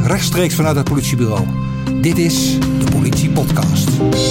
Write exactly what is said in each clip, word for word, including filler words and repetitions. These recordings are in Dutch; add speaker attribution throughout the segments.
Speaker 1: rechtstreeks vanuit het politiebureau. Dit is de Politie Podcast.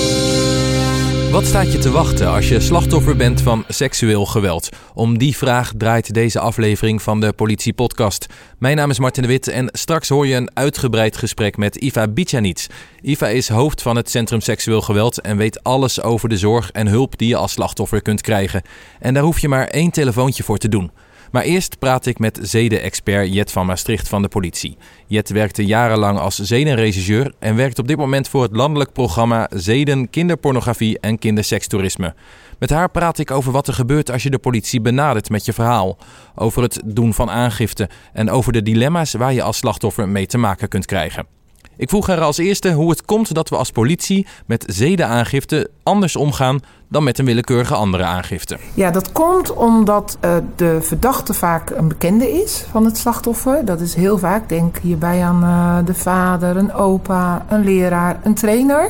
Speaker 2: Wat staat je te wachten als je slachtoffer bent van seksueel geweld? Om die vraag draait deze aflevering van de Politie Podcast. Mijn naam is Martin de Wit en straks hoor je een uitgebreid gesprek met Iva Bicanic. Iva is hoofd van het Centrum Seksueel Geweld en weet alles over de zorg en hulp die je als slachtoffer kunt krijgen. En daar hoef je maar één telefoontje voor te doen. Maar eerst praat ik met zedenexpert Jet van Maastricht van de politie. Jet werkte jarenlang als zedenregisseur en werkt op dit moment voor het landelijk programma Zeden, Kinderpornografie en Kindersekstoerisme. Met haar praat ik over wat er gebeurt als je de politie benadert met je verhaal. Over het doen van aangifte en over de dilemma's waar je als slachtoffer mee te maken kunt krijgen. Ik vroeg haar als eerste hoe het komt dat we als politie met zedenaangifte anders omgaan dan met een willekeurige andere aangifte.
Speaker 3: Ja, dat komt omdat uh, de verdachte vaak een bekende is van het slachtoffer. Dat is heel vaak, denk hierbij aan uh, de vader, een opa, een leraar, een trainer.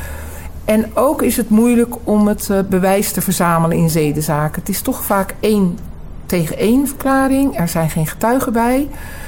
Speaker 3: En ook is het moeilijk om het uh, bewijs te verzamelen in zedenzaken. Het is toch vaak één tegen één verklaring. Er zijn geen getuigen bij.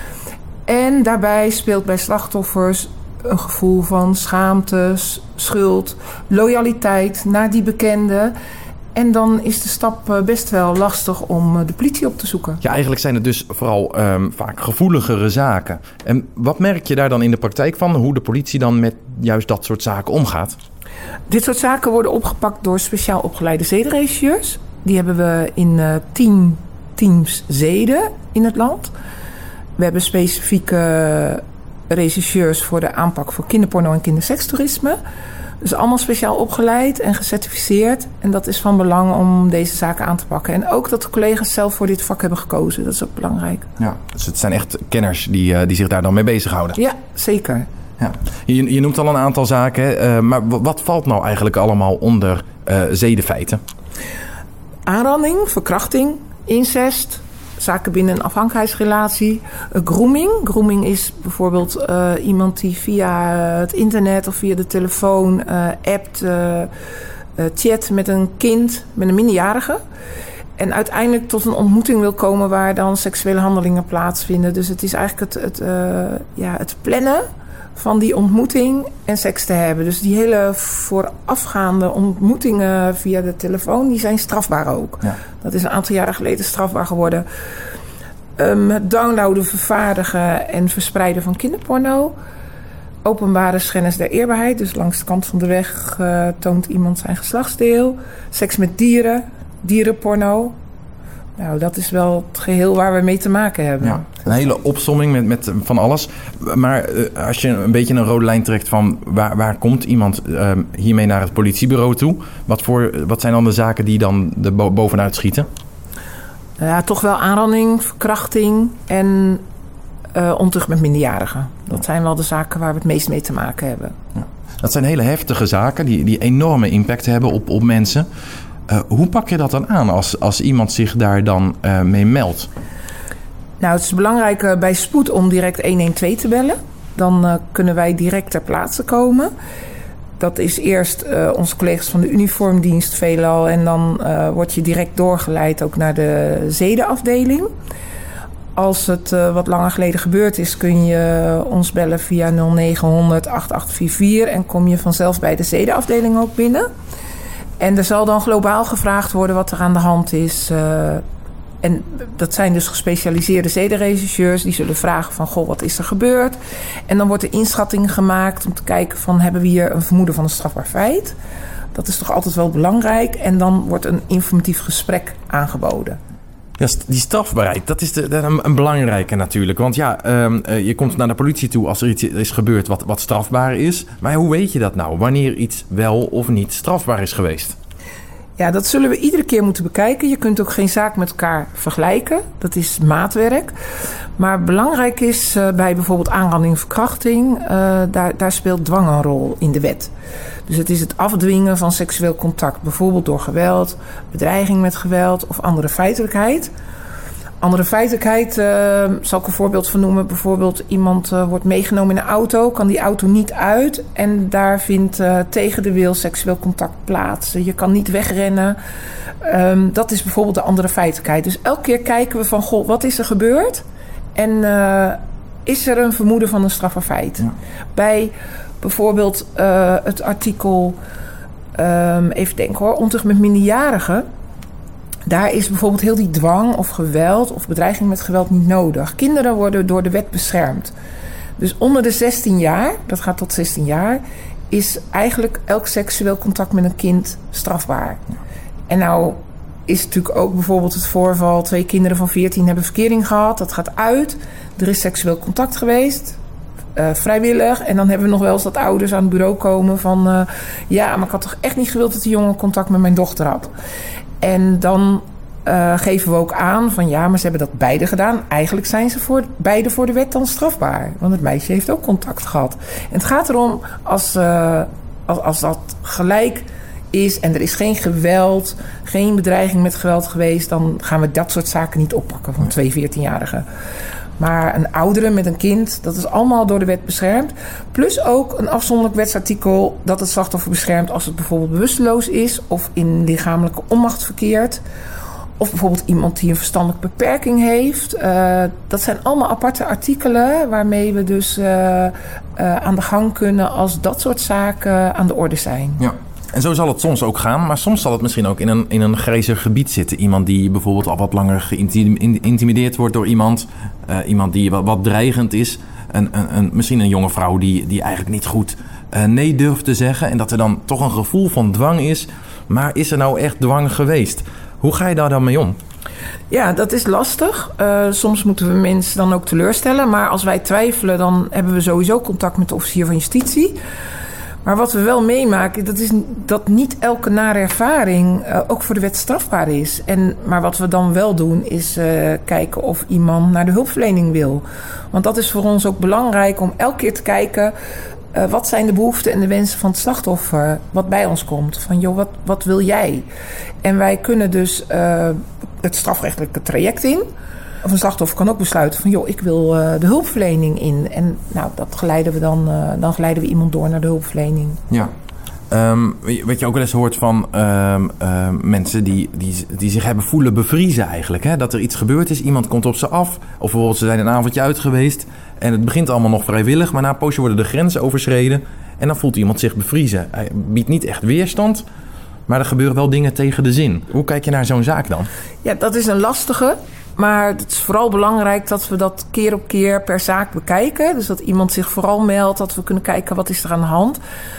Speaker 3: En daarbij speelt bij slachtoffers een gevoel van schaamte, schuld, loyaliteit naar die bekende. En dan is de stap best wel lastig om de politie op te zoeken.
Speaker 4: Ja, eigenlijk zijn het dus vooral um, vaak gevoeligere zaken. En wat merk je daar dan in de praktijk van? Hoe de politie dan met juist dat soort zaken omgaat?
Speaker 3: Dit soort zaken worden opgepakt door speciaal opgeleide zedenregisseurs. Die hebben we in uh, tien teams zeden in het land. We hebben specifieke regisseurs voor de aanpak voor kinderporno en kindersekstoerisme. Dus allemaal speciaal opgeleid en gecertificeerd. En dat is van belang om deze zaken aan te pakken. En ook dat de collega's zelf voor dit vak hebben gekozen. Dat is ook belangrijk.
Speaker 4: Ja, dus het zijn echt kenners die, uh, die zich daar dan mee bezighouden.
Speaker 3: Ja, zeker.
Speaker 4: Ja. Je, je noemt al een aantal zaken. Uh, maar w- wat valt nou eigenlijk allemaal onder uh, zedenfeiten?
Speaker 3: Aanranding, verkrachting, incest, zaken binnen een afhankelijkheidsrelatie. Uh, grooming. Grooming is bijvoorbeeld uh, iemand die via het internet of via de telefoon uh, appt, uh, uh, chat met een kind, met een minderjarige. En uiteindelijk tot een ontmoeting wil komen waar dan seksuele handelingen plaatsvinden. Dus het is eigenlijk het, het, uh, ja, het plannen van die ontmoeting en seks te hebben. Dus die hele voorafgaande ontmoetingen via de telefoon, die zijn strafbaar ook. Ja. Dat is een aantal jaren geleden strafbaar geworden. Um, het downloaden, vervaardigen en verspreiden van kinderporno. Openbare schennis der eerbaarheid. Dus langs de kant van de weg uh, toont iemand zijn geslachtsdeel. Seks met dieren, dierenporno. Nou, dat is wel het geheel waar we mee te maken hebben.
Speaker 4: Ja, een hele opsomming met, met van alles. Maar uh, als je een beetje een rode lijn trekt van waar, waar komt iemand uh, hiermee naar het politiebureau toe? Wat, voor, wat zijn dan de zaken die dan er bo- bovenuit schieten?
Speaker 3: Ja, toch wel aanranding, verkrachting en uh, ontucht met minderjarigen. Dat zijn wel de zaken waar we het meest mee te maken hebben.
Speaker 4: Ja. Dat zijn hele heftige zaken die, die enorme impact hebben op, op mensen. Uh, hoe pak je dat dan aan als, als iemand zich daar dan uh, mee meldt?
Speaker 3: Nou, het is belangrijk uh, bij spoed om direct honderdtwaalf te bellen. Dan uh, kunnen wij direct ter plaatse komen. Dat is eerst uh, onze collega's van de uniformdienst veelal. En dan uh, word je direct doorgeleid ook naar de zedenafdeling. Als het uh, wat langer geleden gebeurd is, kun je ons bellen via nul negen honderd acht acht vier vier. En kom je vanzelf bij de zedenafdeling ook binnen. En er zal dan globaal gevraagd worden wat er aan de hand is. Uh, en dat zijn dus gespecialiseerde zedenregisseurs. Die zullen vragen van, goh, wat is er gebeurd? En dan wordt er inschatting gemaakt om te kijken van, hebben we hier een vermoeden van een strafbaar feit? Dat is toch altijd wel belangrijk. En dan wordt een informatief gesprek aangeboden.
Speaker 4: Ja, die strafbaarheid, dat is de, de, een, een belangrijke natuurlijk. Want ja, um, uh, je komt naar de politie toe als er iets is gebeurd wat, wat strafbaar is. Maar hoe weet je dat nou? Wanneer iets wel of niet strafbaar is geweest?
Speaker 3: Ja, dat zullen we iedere keer moeten bekijken. Je kunt ook geen zaak met elkaar vergelijken. Dat is maatwerk. Maar belangrijk is uh, bij bijvoorbeeld aanranding en verkrachting, Uh, daar, daar speelt dwang een rol in de wet. Dus het is het afdwingen van seksueel contact. Bijvoorbeeld door geweld, bedreiging met geweld of andere feitelijkheid. Andere feitelijkheid, uh, zal ik een voorbeeld van noemen. Bijvoorbeeld iemand uh, wordt meegenomen in een auto, kan die auto niet uit. En daar vindt uh, tegen de wil seksueel contact plaats. Je kan niet wegrennen. Um, dat is bijvoorbeeld de andere feitelijkheid. Dus elke keer kijken we van, goh, wat is er gebeurd? En uh, is er een vermoeden van een strafbaar feit. Ja. Bij bijvoorbeeld uh, het artikel, um, even denken hoor, ontucht met minderjarigen. Daar is bijvoorbeeld heel die dwang of geweld of bedreiging met geweld niet nodig. Kinderen worden door de wet beschermd. Dus onder de zestien jaar, dat gaat tot zestien jaar, is eigenlijk elk seksueel contact met een kind strafbaar. Ja. En nou is natuurlijk ook bijvoorbeeld het voorval, twee kinderen van veertien hebben verkering gehad, dat gaat uit. Er is seksueel contact geweest, uh, vrijwillig. En dan hebben we nog wel eens dat ouders aan het bureau komen van, uh, ja, maar ik had toch echt niet gewild dat die jongen contact met mijn dochter had. En dan uh, geven we ook aan van ja, maar ze hebben dat beide gedaan. Eigenlijk zijn ze voor, beide voor de wet dan strafbaar. Want het meisje heeft ook contact gehad. En het gaat erom, als, uh, als, als dat gelijk is en er is geen geweld, geen bedreiging met geweld geweest, dan gaan we dat soort zaken niet oppakken van twee veertienjarigen. Maar een oudere met een kind, dat is allemaal door de wet beschermd. Plus ook een afzonderlijk wetsartikel dat het slachtoffer beschermt als het bijvoorbeeld bewusteloos is of in lichamelijke onmacht verkeert. Of bijvoorbeeld iemand die een verstandelijke beperking heeft. Uh, dat zijn allemaal aparte artikelen waarmee we dus uh, uh, aan de gang kunnen als dat soort zaken aan de orde zijn.
Speaker 4: Ja. En zo zal het soms ook gaan, maar soms zal het misschien ook in een, in een grijzer gebied zitten. Iemand die bijvoorbeeld al wat langer geïntimideerd wordt door iemand. Uh, iemand die wat, wat dreigend is. Een, een, een, misschien een jonge vrouw die, die eigenlijk niet goed uh, nee durft te zeggen. En dat er dan toch een gevoel van dwang is. Maar is er nou echt dwang geweest? Hoe ga je daar dan mee om?
Speaker 3: Ja, dat is lastig. Uh, soms moeten we mensen dan ook teleurstellen. Maar als wij twijfelen, dan hebben we sowieso contact met de officier van justitie. Maar wat we wel meemaken, dat is dat niet elke nare ervaring uh, ook voor de wet strafbaar is. En, maar wat we dan wel doen, is uh, kijken of iemand naar de hulpverlening wil. Want dat is voor ons ook belangrijk om elke keer te kijken, Uh, wat zijn de behoeften en de wensen van het slachtoffer wat bij ons komt. Van joh, wat, wat wil jij? En wij kunnen dus uh, het strafrechtelijke traject in. Of een slachtoffer kan ook besluiten van joh, ik wil uh, de hulpverlening in. En nou, dat geleiden we dan, uh, dan geleiden we iemand door naar de hulpverlening.
Speaker 4: Ja. Um, wat je ook wel eens hoort van um, um, mensen die, die, die zich hebben voelen bevriezen eigenlijk. Hè? Dat er iets gebeurd is, iemand komt op ze af. Of bijvoorbeeld ze zijn een avondje uit geweest. En het begint allemaal nog vrijwillig. Maar na een poosje worden de grenzen overschreden. En dan voelt iemand zich bevriezen. Hij biedt niet echt weerstand. Maar er gebeuren wel dingen tegen de zin. Hoe kijk je naar zo'n zaak dan?
Speaker 3: Ja, dat is een lastige. Maar het is vooral belangrijk dat we dat keer op keer per zaak bekijken. Dus dat iemand zich vooral meldt. Dat we kunnen kijken wat is er aan de hand.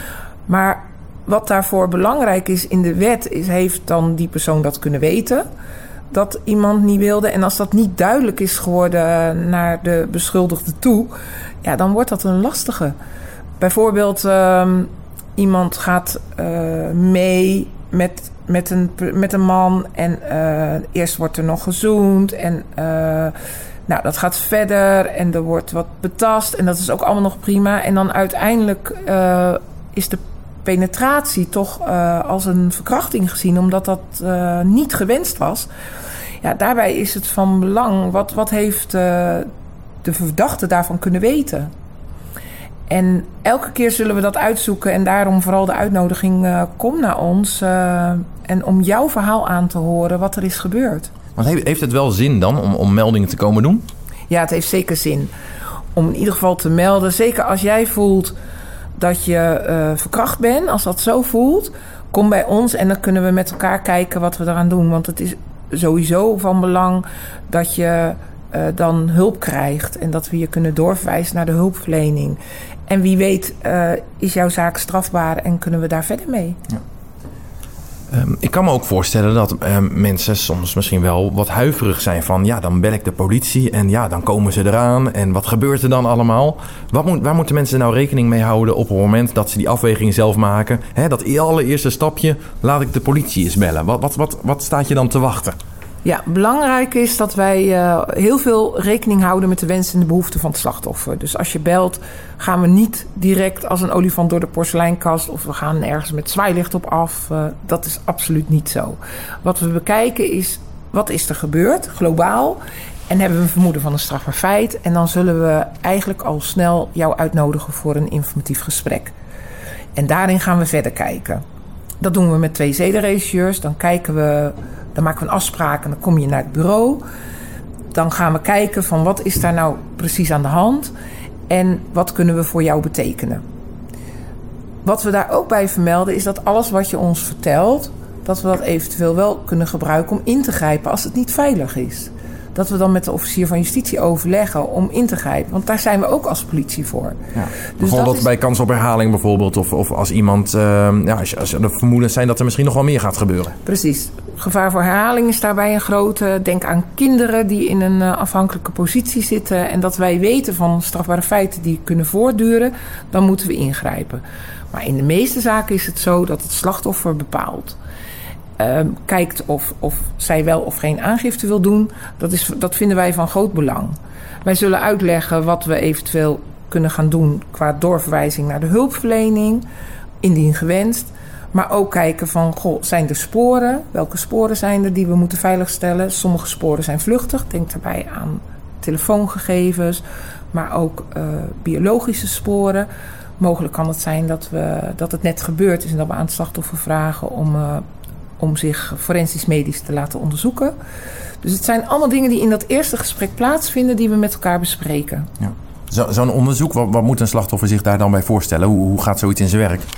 Speaker 3: Maar wat daarvoor belangrijk is in de wet, is heeft dan die persoon dat kunnen weten, dat iemand niet wilde. En als dat niet duidelijk is geworden naar de beschuldigde toe, ja, dan wordt dat een lastige. Bijvoorbeeld, uh, iemand gaat uh, mee met, met, een, met een man en uh, eerst wordt er nog gezoend en uh, nou, dat gaat verder en er wordt wat betast en dat is ook allemaal nog prima. En dan uiteindelijk uh, is de penetratie toch uh, als een verkrachting gezien, omdat dat uh, niet gewenst was. Ja, daarbij is het van belang, wat, wat heeft uh, de verdachte daarvan kunnen weten? En elke keer zullen we dat uitzoeken en daarom vooral de uitnodiging, uh, kom naar ons uh, en om jouw verhaal aan te horen wat er is gebeurd.
Speaker 4: Want heeft het wel zin dan om, om meldingen te komen doen?
Speaker 3: Ja, het heeft zeker zin om in ieder geval te melden. Zeker als jij voelt dat je uh, verkracht bent, als dat zo voelt, kom bij ons en dan kunnen we met elkaar kijken wat we eraan doen. Want het is sowieso van belang dat je uh, dan hulp krijgt en dat we je kunnen doorverwijzen naar de hulpverlening. En wie weet uh, is jouw zaak strafbaar en kunnen we daar verder mee.
Speaker 4: Ja. Um, ik kan me ook voorstellen dat um, mensen soms misschien wel wat huiverig zijn van ja, dan bel ik de politie en ja, dan komen ze eraan en wat gebeurt er dan allemaal? Wat moet, waar moeten mensen nou rekening mee houden op het moment dat ze die afweging zelf maken? Hè, dat allereerste stapje, laat ik de politie eens bellen. Wat, wat, wat, wat staat je dan te wachten?
Speaker 3: Ja, belangrijk is dat wij uh, heel veel rekening houden met de wensen en de behoeften van het slachtoffer. Dus als je belt, gaan we niet direct als een olifant door de porseleinkast of we gaan ergens met zwaailicht op af. Uh, dat is absoluut niet zo. Wat we bekijken is, wat is er gebeurd, globaal? En hebben we een vermoeden van een strafbaar feit? En dan zullen we eigenlijk al snel jou uitnodigen voor een informatief gesprek. En daarin gaan we verder kijken. Dat doen we met twee zedenregisseurs. Dan kijken we, dan maken we een afspraak en dan kom je naar het bureau. dan gaan we kijken van wat is daar nou precies aan de hand en wat kunnen we voor jou betekenen. Wat we daar ook bij vermelden is dat alles wat je ons vertelt, dat we dat eventueel wel kunnen gebruiken om in te grijpen als het niet veilig is. Dat we dan met de officier van justitie overleggen om in te grijpen. Want daar zijn we ook als politie voor.
Speaker 4: Ja.
Speaker 3: Dus
Speaker 4: bijvoorbeeld
Speaker 3: is...
Speaker 4: bij kans op herhaling bijvoorbeeld. Of, of als iemand, uh, ja, als, als er vermoedens zijn dat er misschien nog wel meer gaat gebeuren.
Speaker 3: Precies. Gevaar voor herhaling is daarbij een grote. Denk aan kinderen die in een uh, afhankelijke positie zitten. En dat wij weten van strafbare feiten die kunnen voortduren. Dan moeten we ingrijpen. Maar in de meeste zaken is het zo dat het slachtoffer bepaalt. Uh, kijkt of, of zij wel of geen aangifte wil doen. Dat, is, dat vinden wij van groot belang. Wij zullen uitleggen wat we eventueel kunnen gaan doen qua doorverwijzing naar de hulpverlening, indien gewenst. Maar ook kijken van, goh, zijn er sporen? Welke sporen zijn er die we moeten veiligstellen? Sommige sporen zijn vluchtig. Denk daarbij aan telefoongegevens, maar ook uh, biologische sporen. Mogelijk kan het zijn dat, we, dat het net gebeurd is en dat we aan het slachtoffer vragen om... Uh, om zich forensisch medisch te laten onderzoeken. Dus het zijn allemaal dingen die in dat eerste gesprek plaatsvinden die we met elkaar bespreken.
Speaker 4: Ja. Zo, zo'n onderzoek, wat, wat moet een slachtoffer zich daar dan bij voorstellen? Hoe, hoe gaat zoiets in zijn werk?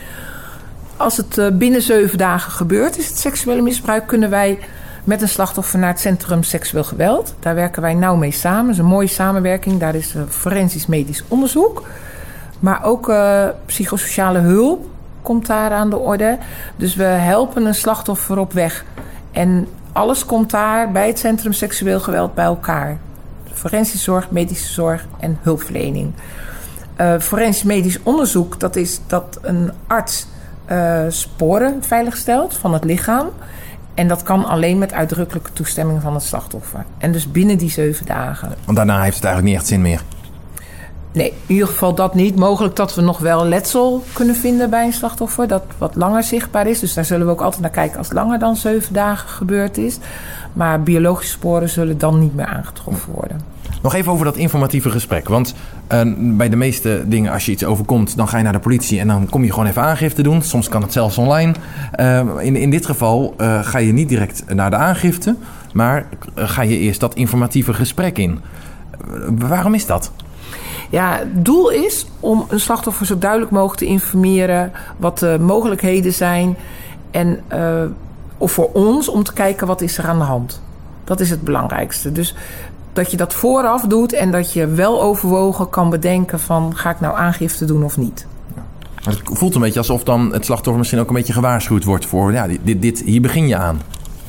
Speaker 3: Als het uh, binnen zeven dagen gebeurt, is het seksuele misbruik, kunnen wij met een slachtoffer naar het Centrum Seksueel Geweld. Daar werken wij nauw mee samen. Dat is een mooie samenwerking. Daar is uh, forensisch medisch onderzoek. Maar ook uh, psychosociale hulp komt daar aan de orde. Dus we helpen een slachtoffer op weg. En alles komt daar bij het Centrum Seksueel Geweld bij elkaar. Forensische zorg, medische zorg en hulpverlening. Uh, forensisch medisch onderzoek, dat is dat een arts uh, sporen veiligstelt van het lichaam. En dat kan alleen met uitdrukkelijke toestemming van het slachtoffer. En dus binnen die zeven dagen.
Speaker 4: Want daarna heeft het eigenlijk niet echt zin meer.
Speaker 3: Nee, in ieder geval dat niet. Mogelijk dat we nog wel letsel kunnen vinden bij een slachtoffer. Dat wat langer zichtbaar is. Dus daar zullen we ook altijd naar kijken als het langer dan zeven dagen gebeurd is. Maar biologische sporen zullen dan niet meer aangetroffen worden.
Speaker 4: Nog even over dat informatieve gesprek. Want uh, bij de meeste dingen, als je iets overkomt, dan ga je naar de politie en dan kom je gewoon even aangifte doen. Soms kan het zelfs online. Uh, in, in dit geval uh, ga je niet direct naar de aangifte, maar uh, ga je eerst dat informatieve gesprek in. Uh, waarom is dat?
Speaker 3: Ja, het doel is om een slachtoffer zo duidelijk mogelijk te informeren wat de mogelijkheden zijn. En uh, of voor ons om te kijken wat is er aan de hand. Dat is het belangrijkste. Dus dat je dat vooraf doet en dat je wel overwogen kan bedenken van ga ik nou aangifte doen of niet.
Speaker 4: Het voelt een beetje alsof dan het slachtoffer misschien ook een beetje gewaarschuwd wordt voor ja, dit, dit, hier begin je aan.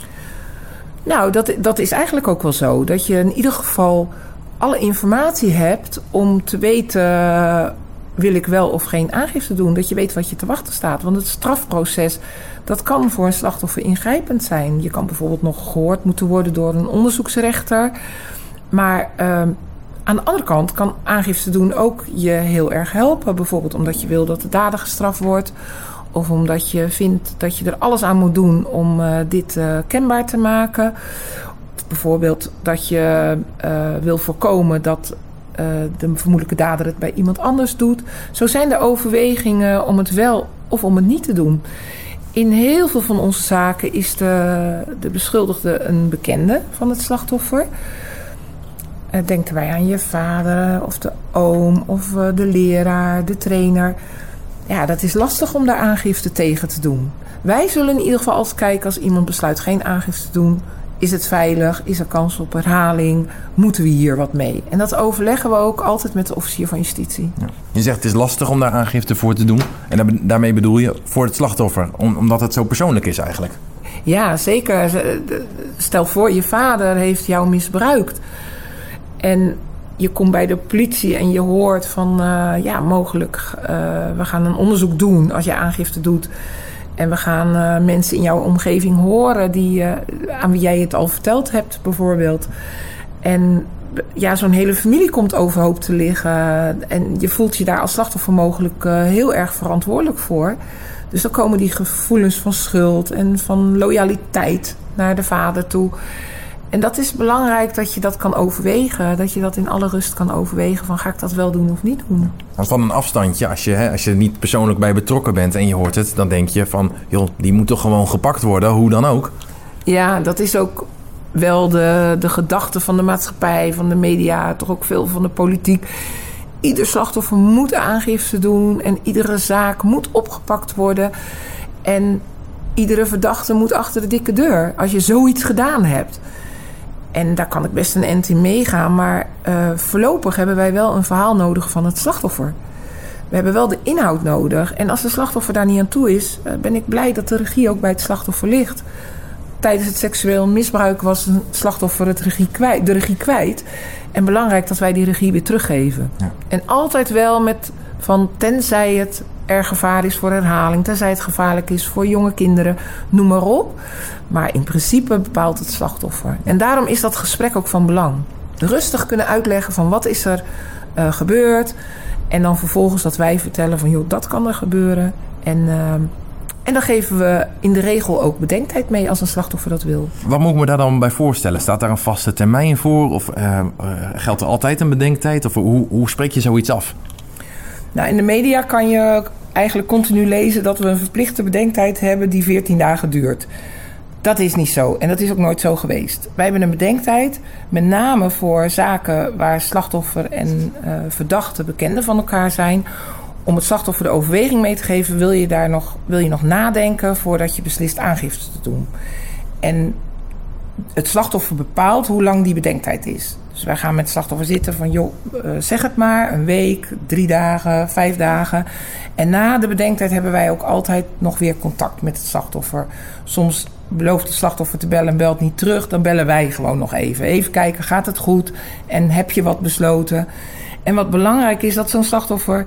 Speaker 3: Nou, dat, dat is eigenlijk ook wel zo. Dat je in ieder geval alle informatie hebt om te weten wil ik wel of geen aangifte doen. Dat je weet wat je te wachten staat. Want het strafproces, dat kan voor een slachtoffer ingrijpend zijn. Je kan bijvoorbeeld nog gehoord moeten worden door een onderzoeksrechter. Maar uh, aan de andere kant kan aangifte doen ook je heel erg helpen. Bijvoorbeeld omdat je wil dat de dader gestraft wordt. Of omdat je vindt dat je er alles aan moet doen om uh, dit uh, kenbaar te maken. Bijvoorbeeld dat je uh, wil voorkomen dat uh, de vermoedelijke dader het bij iemand anders doet. Zo zijn er overwegingen om het wel of om het niet te doen. In heel veel van onze zaken is de, de beschuldigde een bekende van het slachtoffer. Uh, denk erbij aan je vader of de oom of uh, de leraar, de trainer. Ja, dat is lastig om daar aangifte tegen te doen. Wij zullen in ieder geval altijd kijken als iemand besluit geen aangifte te doen. Is het veilig? Is er kans op herhaling? Moeten we hier wat mee? En dat overleggen we ook altijd met de officier van justitie. Ja.
Speaker 4: Je zegt het is lastig om daar aangifte voor te doen. En daarmee bedoel je voor het slachtoffer. Omdat het zo persoonlijk is eigenlijk.
Speaker 3: Ja, zeker. Stel voor, je vader heeft jou misbruikt. En je komt bij de politie en je hoort van... Uh, ja, mogelijk, uh, we gaan een onderzoek doen als je aangifte doet. En we gaan uh, mensen in jouw omgeving horen die, uh, aan wie jij het al verteld hebt, bijvoorbeeld. En ja, zo'n hele familie komt overhoop te liggen. En je voelt je daar als slachtoffer mogelijk uh, heel erg verantwoordelijk voor. Dus dan komen die gevoelens van schuld en van loyaliteit naar de vader toe. En dat is belangrijk dat je dat kan overwegen. Dat je dat in alle rust kan overwegen van ga ik dat wel doen of niet doen.
Speaker 4: Van een afstandje, als je, hè, als je er niet persoonlijk bij betrokken bent en je hoort het, dan denk je van joh, die moet toch gewoon gepakt worden, hoe dan ook.
Speaker 3: Ja, dat is ook wel de, de gedachte van de maatschappij, van de media, toch ook veel van de politiek. Ieder slachtoffer moet aangifte doen en iedere zaak moet opgepakt worden. En iedere verdachte moet achter de dikke deur als je zoiets gedaan hebt. En daar kan ik best een end in meegaan, maar uh, voorlopig hebben wij wel een verhaal nodig van het slachtoffer. We hebben wel de inhoud nodig. En als de slachtoffer daar niet aan toe is, uh, ben ik blij dat de regie ook bij het slachtoffer ligt. Tijdens het seksueel misbruik was een slachtoffer het regie kwijt, de regie kwijt. En belangrijk dat wij die regie weer teruggeven. Ja. En altijd wel met van tenzij het er gevaar is voor herhaling, tenzij het gevaarlijk is voor jonge kinderen, noem maar op. Maar in principe bepaalt het slachtoffer. En daarom is dat gesprek ook van belang. Rustig kunnen uitleggen van wat is er uh, gebeurd. En dan vervolgens dat wij vertellen van joh, dat kan er gebeuren. En, uh, en dan geven we in de regel ook bedenktijd mee als een slachtoffer dat wil.
Speaker 4: Wat moet ik me daar dan bij voorstellen? Staat daar een vaste termijn voor? Of uh, uh, geldt er altijd een bedenktijd? Of hoe, hoe spreek je zoiets af?
Speaker 3: Nou, in de media kan je eigenlijk continu lezen dat we een verplichte bedenktijd hebben die veertien dagen duurt. Dat is niet zo en dat is ook nooit zo geweest. Wij hebben een bedenktijd, met name voor zaken waar slachtoffer en uh, verdachte bekenden van elkaar zijn. Om het slachtoffer de overweging mee te geven, wil je daar nog, wil je nog nadenken voordat je beslist aangifte te doen. En het slachtoffer bepaalt hoe lang die bedenktijd is. Dus wij gaan met het slachtoffer zitten van joh, uh, zeg het maar, een week, drie dagen, vijf dagen. En na de bedenktijd hebben wij ook altijd nog weer contact met het slachtoffer. Soms belooft het slachtoffer te bellen en belt niet terug. Dan bellen wij gewoon nog even. Even kijken, gaat het goed? En heb je wat besloten? En wat belangrijk is, dat zo'n slachtoffer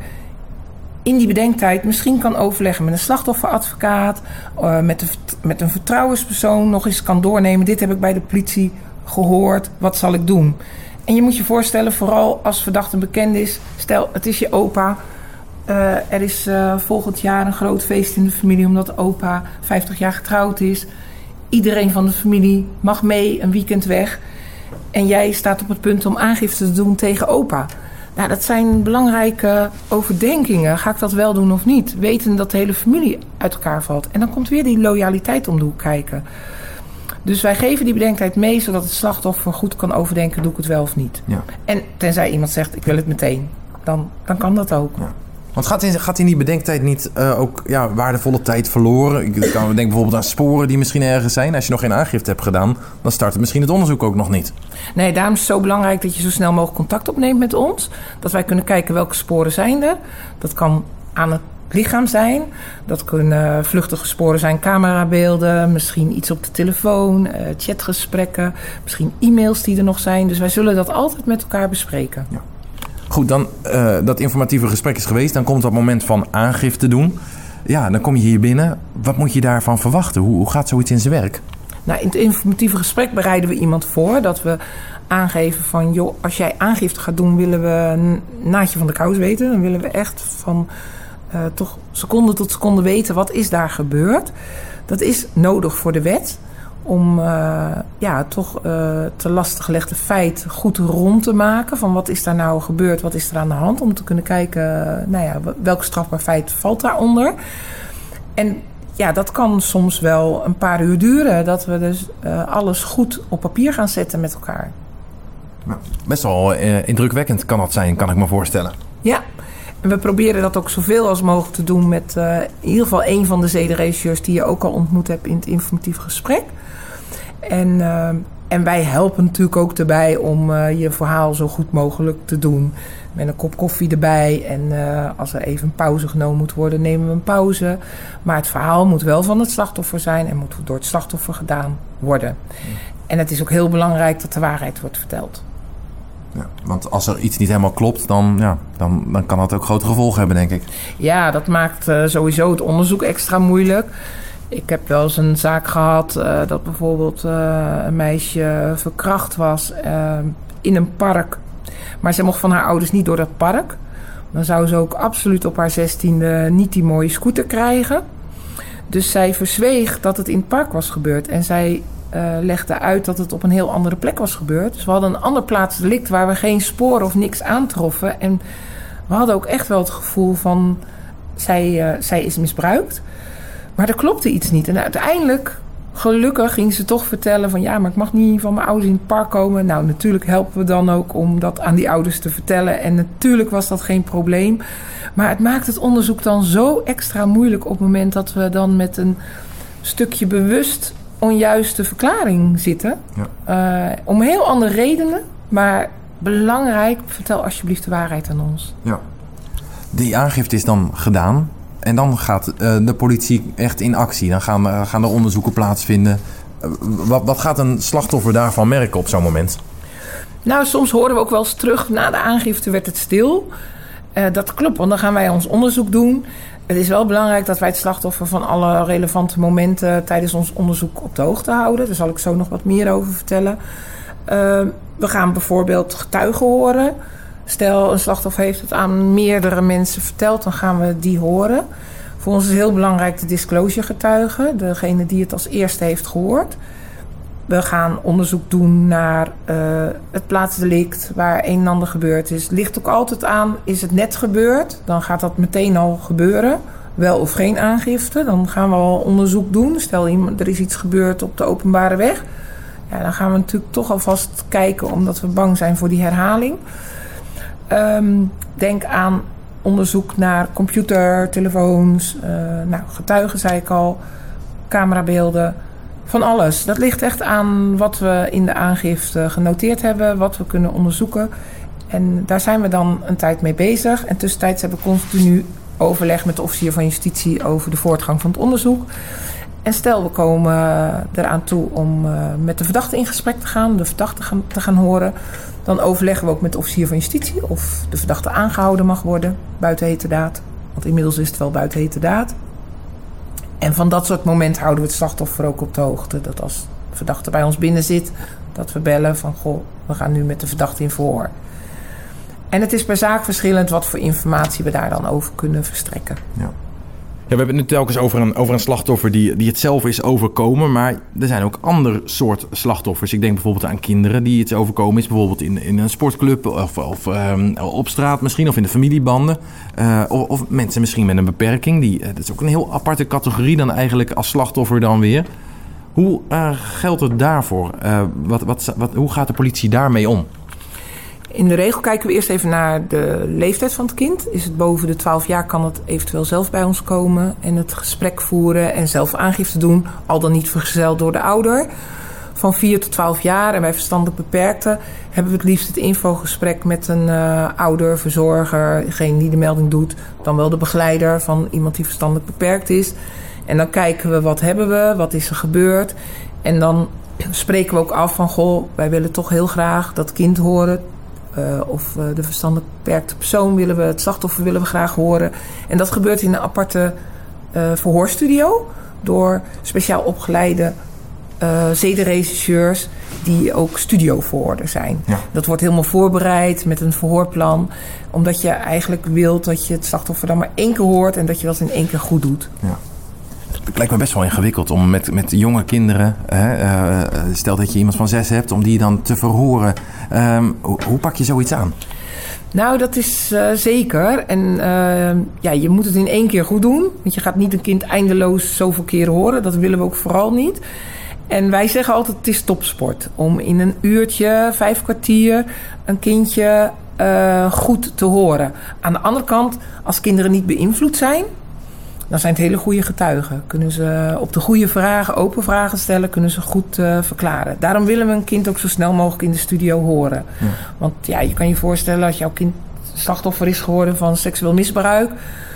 Speaker 3: in die bedenktijd misschien kan overleggen met een slachtofferadvocaat, uh, met, de, met een vertrouwenspersoon, nog eens kan doornemen. Dit heb ik bij de politie gehoord, wat zal ik doen? En je moet je voorstellen, vooral als verdachte bekend is, stel het is je opa. Uh, er is uh, volgend jaar een groot feest in de familie omdat opa vijftig jaar getrouwd is. Iedereen van de familie mag mee een weekend weg. En jij staat op het punt om aangifte te doen tegen opa. Nou, dat zijn belangrijke overdenkingen. Ga ik dat wel doen of niet? Weten dat de hele familie uit elkaar valt. En dan komt weer die loyaliteit om de hoek kijken. Dus wij geven die bedenktijd mee, zodat het slachtoffer goed kan overdenken, doe ik het wel of niet. Ja. En tenzij iemand zegt, ik wil het meteen, dan, dan kan dat ook. Ja.
Speaker 4: Want gaat in, gaat in die bedenktijd niet uh, ook ja, waardevolle tijd verloren? Ik kan denk bijvoorbeeld aan sporen die misschien ergens zijn. Als je nog geen aangifte hebt gedaan, dan start misschien het onderzoek ook nog niet.
Speaker 3: Nee, daarom is het zo belangrijk dat je zo snel mogelijk contact opneemt met ons. Dat wij kunnen kijken welke sporen zijn er. Dat kan aan het lichaam zijn. Dat kunnen vluchtige sporen zijn, camerabeelden, misschien iets op de telefoon, uh, chatgesprekken, misschien e-mails die er nog zijn. Dus wij zullen dat altijd met elkaar bespreken. Ja.
Speaker 4: Goed, dan uh, dat informatieve gesprek is geweest. Dan komt dat moment van aangifte doen. Ja, dan kom je hier binnen. Wat moet je daarvan verwachten? Hoe, hoe gaat zoiets in zijn werk?
Speaker 3: Nou, in het informatieve gesprek bereiden we iemand voor. Dat we aangeven van, joh, als jij aangifte gaat doen, willen we een naadje van de kous weten. Dan willen we echt van uh, toch seconde tot seconde weten, wat is daar gebeurd? Dat is nodig voor de wet. Om uh, ja, toch uh, te lastig gelegde feit goed rond te maken. Van wat is daar nou gebeurd, wat is er aan de hand? Om te kunnen kijken, uh, nou ja, welk strafbaar feit valt daaronder. En ja, dat kan soms wel een paar uur duren. Dat we dus uh, alles goed op papier gaan zetten met elkaar.
Speaker 4: Nou, best wel uh, indrukwekkend kan dat zijn, kan ik me voorstellen.
Speaker 3: Ja, en we proberen dat ook zoveel als mogelijk te doen met uh, in ieder geval één van de zedenregisseurs die je ook al ontmoet hebt in het informatief gesprek. En, uh, en wij helpen natuurlijk ook erbij om uh, je verhaal zo goed mogelijk te doen. Met een kop koffie erbij. En uh, als er even een pauze genomen moet worden, nemen we een pauze. Maar het verhaal moet wel van het slachtoffer zijn en moet door het slachtoffer gedaan worden. Ja. En het is ook heel belangrijk dat de waarheid wordt verteld.
Speaker 4: Ja, want als er iets niet helemaal klopt, dan, ja, dan, dan kan dat ook grote gevolgen hebben, denk ik.
Speaker 3: Ja, dat maakt uh, sowieso het onderzoek extra moeilijk. Ik heb wel eens een zaak gehad uh, dat bijvoorbeeld uh, een meisje verkracht was uh, in een park. Maar ze mocht van haar ouders niet door dat park. Dan zou ze ook absoluut op haar zestiende niet die mooie scooter krijgen. Dus zij verzweeg dat het in het park was gebeurd. En zij uh, legde uit dat het op een heel andere plek was gebeurd. Dus we hadden een ander plaatsdelict waar we geen sporen of niks aantroffen. En we hadden ook echt wel het gevoel van, zij, uh, zij is misbruikt. Maar er klopte iets niet. En uiteindelijk Gelukkig ging ze toch vertellen van... ja, maar ik mag niet van mijn ouders in het park komen. Nou, natuurlijk helpen we dan ook om dat aan die ouders te vertellen. En natuurlijk was dat geen probleem. Maar het maakt het onderzoek dan zo extra moeilijk... op het moment dat we dan met een stukje bewust onjuiste verklaring zitten. Ja. Uh, om heel andere redenen. Maar belangrijk, vertel alsjeblieft de waarheid aan ons.
Speaker 4: Ja. Die aangifte is dan gedaan... En dan gaat uh, de politie echt in actie. Dan gaan, uh, gaan er onderzoeken plaatsvinden. Uh, wat, wat gaat een slachtoffer daarvan merken op zo'n moment?
Speaker 3: Nou, soms horen we ook wel eens terug... na de aangifte werd het stil. Uh, dat klopt, want dan gaan wij ons onderzoek doen. Het is wel belangrijk dat wij het slachtoffer... van alle relevante momenten tijdens ons onderzoek op de hoogte houden. Daar zal ik zo nog wat meer over vertellen. Uh, we gaan bijvoorbeeld getuigen horen... Stel, een slachtoffer heeft het aan meerdere mensen verteld... dan gaan we die horen. Voor ons is heel belangrijk de disclosure getuige. Degene die het als eerste heeft gehoord. We gaan onderzoek doen naar uh, het plaatsdelict... waar een en ander gebeurd is. Ligt ook altijd aan, is het net gebeurd? Dan gaat dat meteen al gebeuren. Wel of geen aangifte. Dan gaan we al onderzoek doen. Stel, er is iets gebeurd op de openbare weg. Ja, dan gaan we natuurlijk toch alvast kijken... omdat we bang zijn voor die herhaling... Um, denk aan onderzoek naar computer, telefoons, uh, nou, getuigen zei ik al, camerabeelden, van alles. Dat ligt echt aan wat we in de aangifte genoteerd hebben, wat we kunnen onderzoeken. En daar zijn we dan een tijd mee bezig. En tussentijds hebben we continu overleg met de officier van justitie over de voortgang van het onderzoek. En stel we komen eraan toe om uh, met de verdachte in gesprek te gaan, de verdachte gaan, te gaan horen... Dan overleggen we ook met de officier van justitie of de verdachte aangehouden mag worden buiten heterdaad. Want inmiddels is het wel buiten heterdaad. En van dat soort momenten houden we het slachtoffer ook op de hoogte. Dat als de verdachte bij ons binnen zit, dat we bellen van... goh, we gaan nu met de verdachte in verhoor. En het is per zaak verschillend wat voor informatie we daar dan over kunnen verstrekken.
Speaker 4: Ja. Ja, we hebben het nu telkens over een, over een slachtoffer die, die het zelf is overkomen. Maar er zijn ook ander soort slachtoffers. Ik denk bijvoorbeeld aan kinderen die het overkomen is. Bijvoorbeeld in, in een sportclub of, of um, op straat misschien. Of in de familiebanden. Uh, of, of mensen misschien met een beperking. Die, uh, dat is ook een heel aparte categorie dan eigenlijk als slachtoffer dan weer. Hoe uh, geldt het daarvoor? Uh, wat, wat, wat, hoe gaat de politie daarmee om?
Speaker 3: In de regel kijken we eerst even naar de leeftijd van het kind. Is het boven de twaalf jaar, kan het eventueel zelf bij ons komen... en het gesprek voeren en zelf aangifte doen... al dan niet vergezeld door de ouder. Van vier tot twaalf jaar en bij verstandelijk beperkten... hebben we het liefst het infogesprek met een uh, ouder, verzorger... degene die de melding doet, dan wel de begeleider... van iemand die verstandelijk beperkt is. En dan kijken we wat hebben we, wat is er gebeurd... en dan spreken we ook af van... goh, wij willen toch heel graag dat kind horen... Uh, of uh, de verstandelijk beperkte persoon willen we, het slachtoffer willen we graag horen. En dat gebeurt in een aparte uh, verhoorstudio door speciaal opgeleide uh, zedenregisseurs die ook studioverhoorder zijn. Ja. Dat wordt helemaal voorbereid met een verhoorplan, omdat je eigenlijk wilt dat je het slachtoffer dan maar één keer hoort en dat je dat in één keer goed doet.
Speaker 4: Ja. Het lijkt me best wel ingewikkeld om met, met jonge kinderen... Hè, uh, stel dat je iemand van zes hebt, om die dan te verhoren. Um, hoe, hoe pak je zoiets aan?
Speaker 3: Nou, dat is uh, zeker. En uh, ja, je moet het in één keer goed doen. Want je gaat niet een kind eindeloos zoveel keren horen. Dat willen we ook vooral niet. En wij zeggen altijd, het is topsport. Om in een uurtje, vijf kwartier, een kindje uh, goed te horen. Aan de andere kant, als kinderen niet beïnvloed zijn... dan zijn het hele goede getuigen. Kunnen ze op de goede vragen, open vragen stellen... kunnen ze goed uh, verklaren. Daarom willen we een kind ook zo snel mogelijk in de studio horen. Ja. Want ja, je kan je voorstellen... als jouw kind slachtoffer is geworden van seksueel misbruik...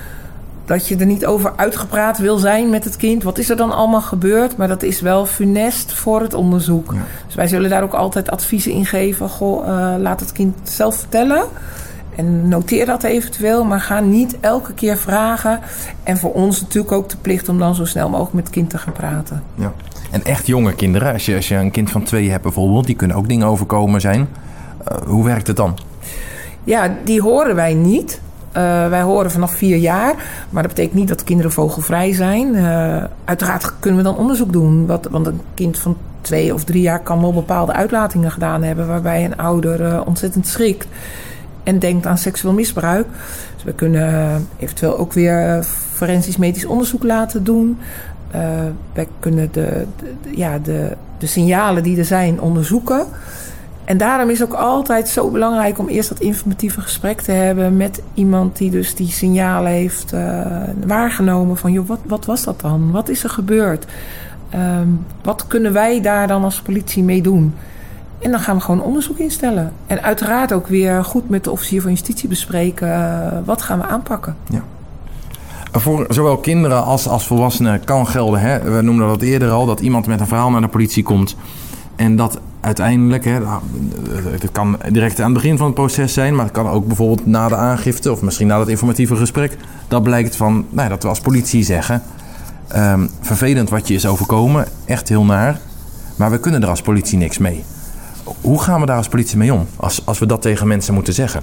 Speaker 3: dat je er niet over uitgepraat wil zijn met het kind. Wat is er dan allemaal gebeurd? Maar dat is wel funest voor het onderzoek. Ja. Dus wij zullen daar ook altijd adviezen in geven. Goh, uh, laat het kind zelf vertellen... En noteer dat eventueel, maar ga niet elke keer vragen. En voor ons natuurlijk ook de plicht om dan zo snel mogelijk met het kind te gaan praten.
Speaker 4: Ja. En echt jonge kinderen, als je, als je een kind van twee hebt bijvoorbeeld... die kunnen ook dingen overkomen zijn. Uh, hoe werkt het dan?
Speaker 3: Ja, die horen wij niet. Uh, wij horen vanaf vier jaar. Maar dat betekent niet dat kinderen vogelvrij zijn. Uh, uiteraard kunnen we dan onderzoek doen. Wat, want een kind van twee of drie jaar kan wel bepaalde uitlatingen gedaan hebben... waarbij een ouder uh, ontzettend schrikt... en denkt aan seksueel misbruik. Dus we kunnen eventueel ook weer forensisch medisch onderzoek laten doen. Uh, wij kunnen de, de, ja, de, de signalen die er zijn onderzoeken. En daarom is het ook altijd zo belangrijk om eerst dat informatieve gesprek te hebben met iemand die dus die signalen heeft uh, waargenomen. Van joh, wat, wat was dat dan? Wat is er gebeurd? Um, wat kunnen wij daar dan als politie mee doen? En dan gaan we gewoon onderzoek instellen. En uiteraard ook weer goed met de officier van justitie bespreken. Uh, wat gaan we aanpakken?
Speaker 4: Ja. Voor zowel kinderen als, als volwassenen kan gelden. Hè? We noemden dat eerder al. Dat iemand met een verhaal naar de politie komt. En dat uiteindelijk. Hè, het kan direct aan het begin van het proces zijn. Maar het kan ook bijvoorbeeld na de aangifte. Of misschien na het informatieve gesprek. Dat blijkt van. Nou ja, dat we als politie zeggen. Um, vervelend wat je is overkomen. Echt heel naar. Maar we kunnen er als politie niks mee. Hoe gaan we daar als politie mee om? Als, als we dat tegen mensen moeten zeggen?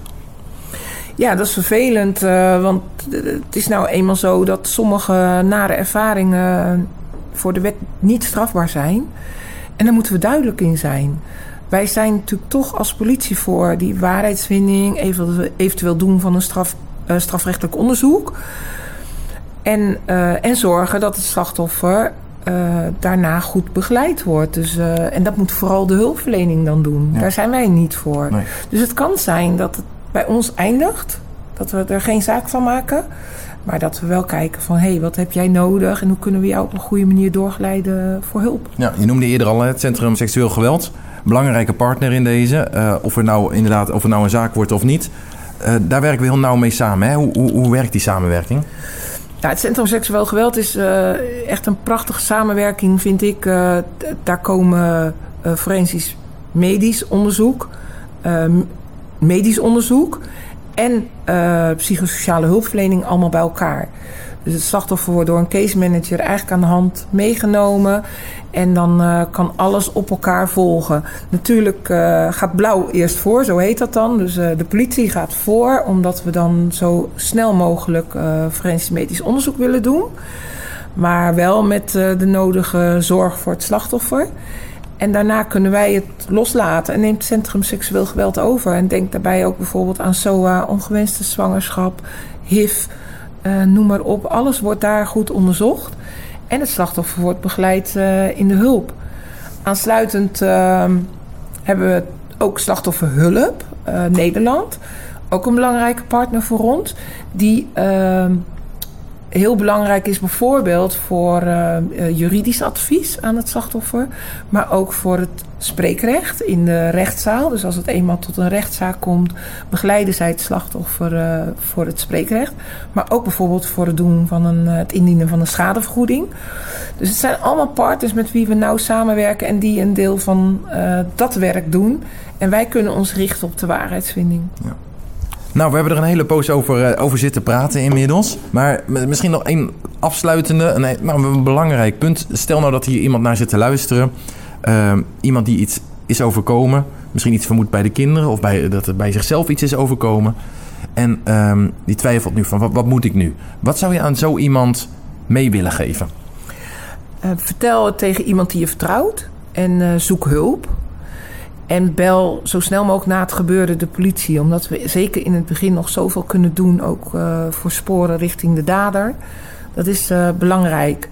Speaker 3: Ja, dat is vervelend. Uh, want het is nou eenmaal zo dat sommige nare ervaringen voor de wet niet strafbaar zijn. En daar moeten we duidelijk in zijn. Wij zijn natuurlijk toch als politie voor die waarheidsvinding, eventueel doen van een straf, uh, strafrechtelijk onderzoek. En, uh, en zorgen dat het slachtoffer uh, daarna goed begeleid wordt. Dus, uh, en dat moet vooral de hulpverlening dan doen. Ja. Daar zijn wij niet voor. Nee. Dus het kan zijn dat het bij ons eindigt. Dat we er geen zaak van maken. Maar dat we wel kijken van, hé, hey, wat heb jij nodig? En hoe kunnen we jou op een goede manier doorgeleiden voor hulp?
Speaker 4: Ja, je noemde eerder al het Centrum Seksueel Geweld. Belangrijke partner in deze. Uh, of er nou inderdaad of er nou een zaak wordt of niet. Uh, daar werken we heel nauw mee samen. Hè? Hoe, hoe, hoe werkt die samenwerking?
Speaker 3: Ja, het Centrum Seksueel Geweld is uh, echt een prachtige samenwerking, vind ik. Uh, daar komen uh, forensisch medisch onderzoek, uh, medisch onderzoek en uh, psychosociale hulpverlening allemaal bij elkaar. Dus het slachtoffer wordt door een case manager eigenlijk aan de hand meegenomen. En dan uh, kan alles op elkaar volgen. Natuurlijk uh, gaat blauw eerst voor, zo heet dat dan. Dus uh, de politie gaat voor, omdat we dan zo snel mogelijk uh, forensisch medisch onderzoek willen doen. Maar wel met uh, de nodige zorg voor het slachtoffer. En daarna kunnen wij het loslaten en neemt het Centrum Seksueel Geweld over. En denk daarbij ook bijvoorbeeld aan S O A, ongewenste zwangerschap, H I V... Uh, noem maar op, alles wordt daar goed onderzocht. En het slachtoffer wordt begeleid uh, in de hulp. Aansluitend uh, hebben we ook slachtofferhulp, uh, Nederland. Ook een belangrijke partner voor ons. Die uh, heel belangrijk is bijvoorbeeld voor uh, juridisch advies aan het slachtoffer. Maar ook voor het spreekrecht in de rechtszaal. Dus als het eenmaal tot een rechtszaak komt, begeleiden zij het slachtoffer uh, voor het spreekrecht. Maar ook bijvoorbeeld voor het doen van een, het indienen van een schadevergoeding. Dus het zijn allemaal partners met wie we nauw samenwerken en die een deel van uh, dat werk doen. En wij kunnen ons richten op de waarheidsvinding. Ja.
Speaker 4: Nou, we hebben er een hele poos over, uh, over zitten praten inmiddels. Maar misschien nog één afsluitende, een, nou, een belangrijk punt. Stel nou dat hier iemand naar zit te luisteren. Uh, iemand die iets is overkomen. Misschien iets vermoedt bij de kinderen. Of bij, dat er bij zichzelf iets is overkomen. En um, die twijfelt nu van, wat, wat moet ik nu? Wat zou je aan zo iemand mee willen geven?
Speaker 3: Uh, vertel het tegen iemand die je vertrouwt. En uh, zoek hulp. En bel zo snel mogelijk na het gebeurde de politie. Omdat we zeker in het begin nog zoveel kunnen doen. Ook uh, voor sporen richting de dader. Dat is uh, belangrijk.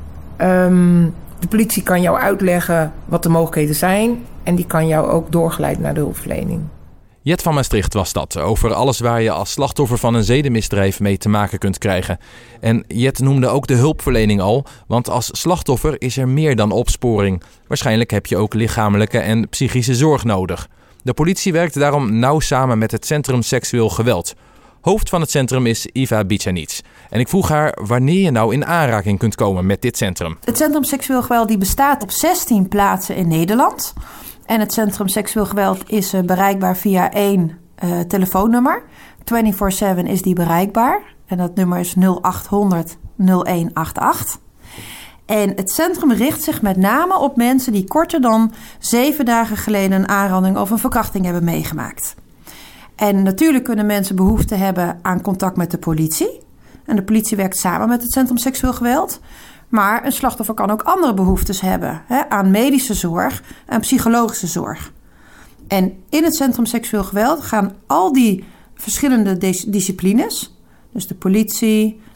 Speaker 3: Um, de politie kan jou uitleggen wat de mogelijkheden zijn. En die kan jou ook doorgeleiden naar de hulpverlening.
Speaker 2: Jet van Maastricht was dat, over alles waar je als slachtoffer van een zedenmisdrijf mee te maken kunt krijgen. En Jet noemde ook de hulpverlening al, want als slachtoffer is er meer dan opsporing. Waarschijnlijk heb je ook lichamelijke en psychische zorg nodig. De politie werkt daarom nauw samen met het Centrum Seksueel Geweld. Hoofd van het centrum is Iva Bicanic. En ik vroeg haar wanneer je nou in aanraking kunt komen met dit centrum.
Speaker 5: Het Centrum Seksueel Geweld die bestaat op zestien plaatsen in Nederland. En het Centrum Seksueel Geweld is uh, bereikbaar via één uh, telefoonnummer. vierentwintig zeven is die bereikbaar. En dat nummer is nul acht honderd nul één acht acht. En het centrum richt zich met name op mensen die korter dan zeven dagen geleden een aanranding of een verkrachting hebben meegemaakt. En natuurlijk kunnen mensen behoefte hebben aan contact met de politie. En de politie werkt samen met het Centrum Seksueel Geweld. Maar een slachtoffer kan ook andere behoeftes hebben. Hè, aan medische zorg en psychologische zorg. En in het Centrum Seksueel Geweld gaan al die verschillende dis- disciplines... dus de politie,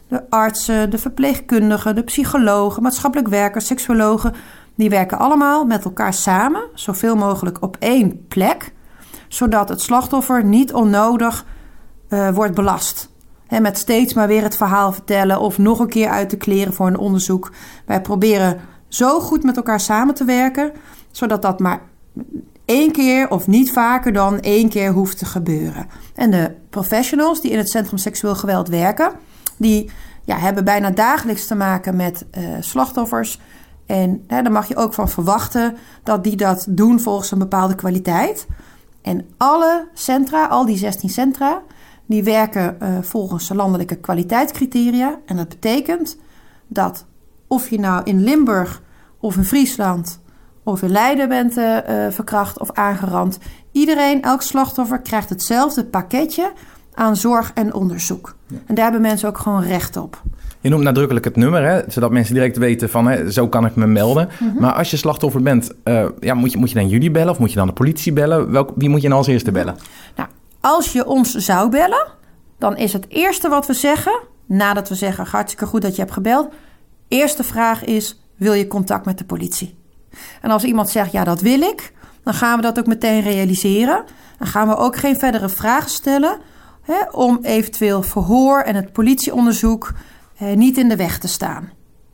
Speaker 5: de artsen, de verpleegkundigen, de psychologen, maatschappelijk werkers, seksuologen, die werken allemaal met elkaar samen, zoveel mogelijk op één plek, zodat het slachtoffer niet onnodig uh, wordt belast. He, met steeds maar weer het verhaal vertellen of nog een keer uit te kleren voor een onderzoek. Wij proberen zo goed met elkaar samen te werken, zodat dat maar één keer of niet vaker dan één keer hoeft te gebeuren. En de professionals die in het Centrum Seksueel Geweld werken, die ja, hebben bijna dagelijks te maken met uh, slachtoffers. En hè, daar mag je ook van verwachten dat die dat doen volgens een bepaalde kwaliteit. En alle centra, al die zestien centra, die werken uh, volgens de landelijke kwaliteitscriteria. En dat betekent dat of je nou in Limburg of in Friesland of in Leiden bent uh, verkracht of aangerand, iedereen, elk slachtoffer krijgt hetzelfde pakketje aan zorg en onderzoek. Ja. En daar hebben mensen ook gewoon recht op.
Speaker 4: Je noemt nadrukkelijk het nummer, hè, zodat mensen direct weten van, hè, zo kan ik me melden. Mm-hmm. Maar als je slachtoffer bent, uh, ja, moet, je, moet je dan jullie bellen of moet je dan de politie bellen? Welk, wie moet je dan als eerste bellen?
Speaker 5: Nou, als je ons zou bellen, dan is het eerste wat we zeggen, nadat we zeggen, hartstikke goed dat je hebt gebeld, eerste vraag is, wil je contact met de politie? En als iemand zegt, ja, dat wil ik, dan gaan we dat ook meteen realiseren. Dan gaan we ook geen verdere vragen stellen, hè, om eventueel verhoor en het politieonderzoek eh, niet in de weg te staan.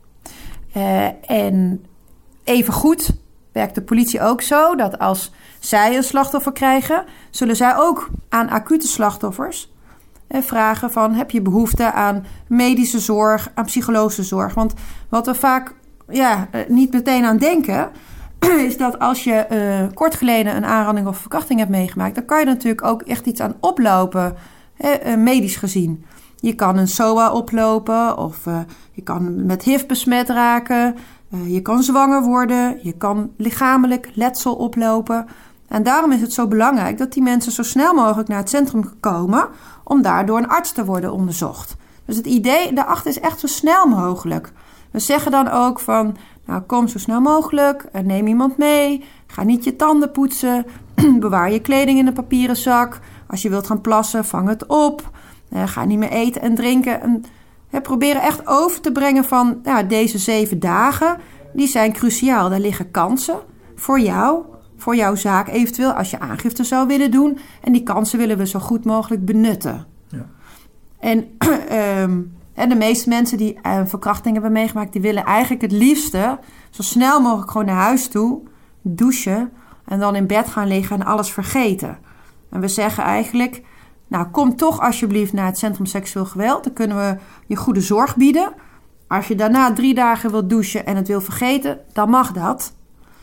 Speaker 5: Uh, en evengoed werkt de politie ook zo dat als zij een slachtoffer krijgen, zullen zij ook aan acute slachtoffers eh, vragen van, heb je behoefte aan medische zorg, aan psychologische zorg? Want wat we vaak ja, niet meteen aan denken, is dat als je uh, kort geleden een aanranding of verkrachting hebt meegemaakt, dan kan je natuurlijk ook echt iets aan oplopen, hè, medisch gezien. Je kan een S O A oplopen of uh, je kan met H I V besmet raken, uh, je kan zwanger worden, je kan lichamelijk letsel oplopen. En daarom is het zo belangrijk dat die mensen zo snel mogelijk naar het centrum komen om daar door een arts te worden onderzocht. Dus het idee daarachter is echt zo snel mogelijk. We zeggen dan ook van, nou, kom zo snel mogelijk, neem iemand mee, ga niet je tanden poetsen, bewaar je kleding in een papieren zak. Als je wilt gaan plassen, vang het op, ga niet meer eten en drinken. En, he, proberen echt over te brengen van, ja, deze zeven dagen, die zijn cruciaal. Daar liggen kansen voor jou, voor jouw zaak eventueel, als je aangifte zou willen doen. En die kansen willen we zo goed mogelijk benutten. Ja. En... um, En de meeste mensen die een verkrachting hebben meegemaakt, die willen eigenlijk het liefste zo snel mogelijk gewoon naar huis toe, douchen en dan in bed gaan liggen en alles vergeten. En we zeggen eigenlijk, nou, kom toch alsjeblieft naar het Centrum Seksueel Geweld. Dan kunnen we je goede zorg bieden. Als je daarna drie dagen wilt douchen en het wil vergeten, dan mag dat.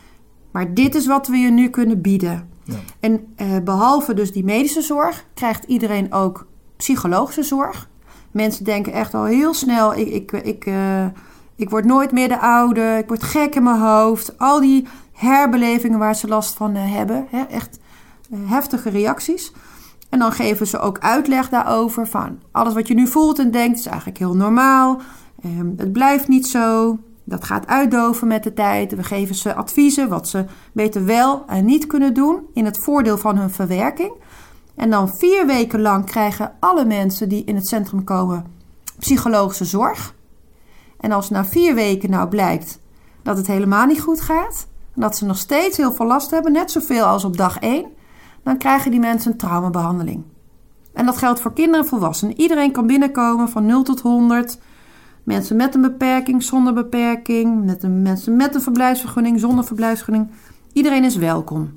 Speaker 5: Maar dit is wat we je nu kunnen bieden. Ja. En eh, behalve dus die medische zorg, krijgt iedereen ook psychologische zorg. Mensen denken echt al heel snel, ik, ik, ik, uh, ik word nooit meer de oude, ik word gek in mijn hoofd. Al die herbelevingen waar ze last van uh, hebben, hè, echt uh, heftige reacties. En dan geven ze ook uitleg daarover van alles wat je nu voelt en denkt is eigenlijk heel normaal. Um, het blijft niet zo, dat gaat uitdoven met de tijd. We geven ze adviezen wat ze beter wel en niet kunnen doen in het voordeel van hun verwerking. En dan vier weken lang krijgen alle mensen die in het centrum komen psychologische zorg. En als na vier weken nou blijkt dat het helemaal niet goed gaat, en dat ze nog steeds heel veel last hebben, net zoveel als op dag één, dan krijgen die mensen een traumabehandeling. En dat geldt voor kinderen en volwassenen. Iedereen kan binnenkomen van nul tot honderd. Mensen met een beperking, zonder beperking, met een, mensen met een verblijfsvergunning, zonder verblijfsvergunning. Iedereen is welkom.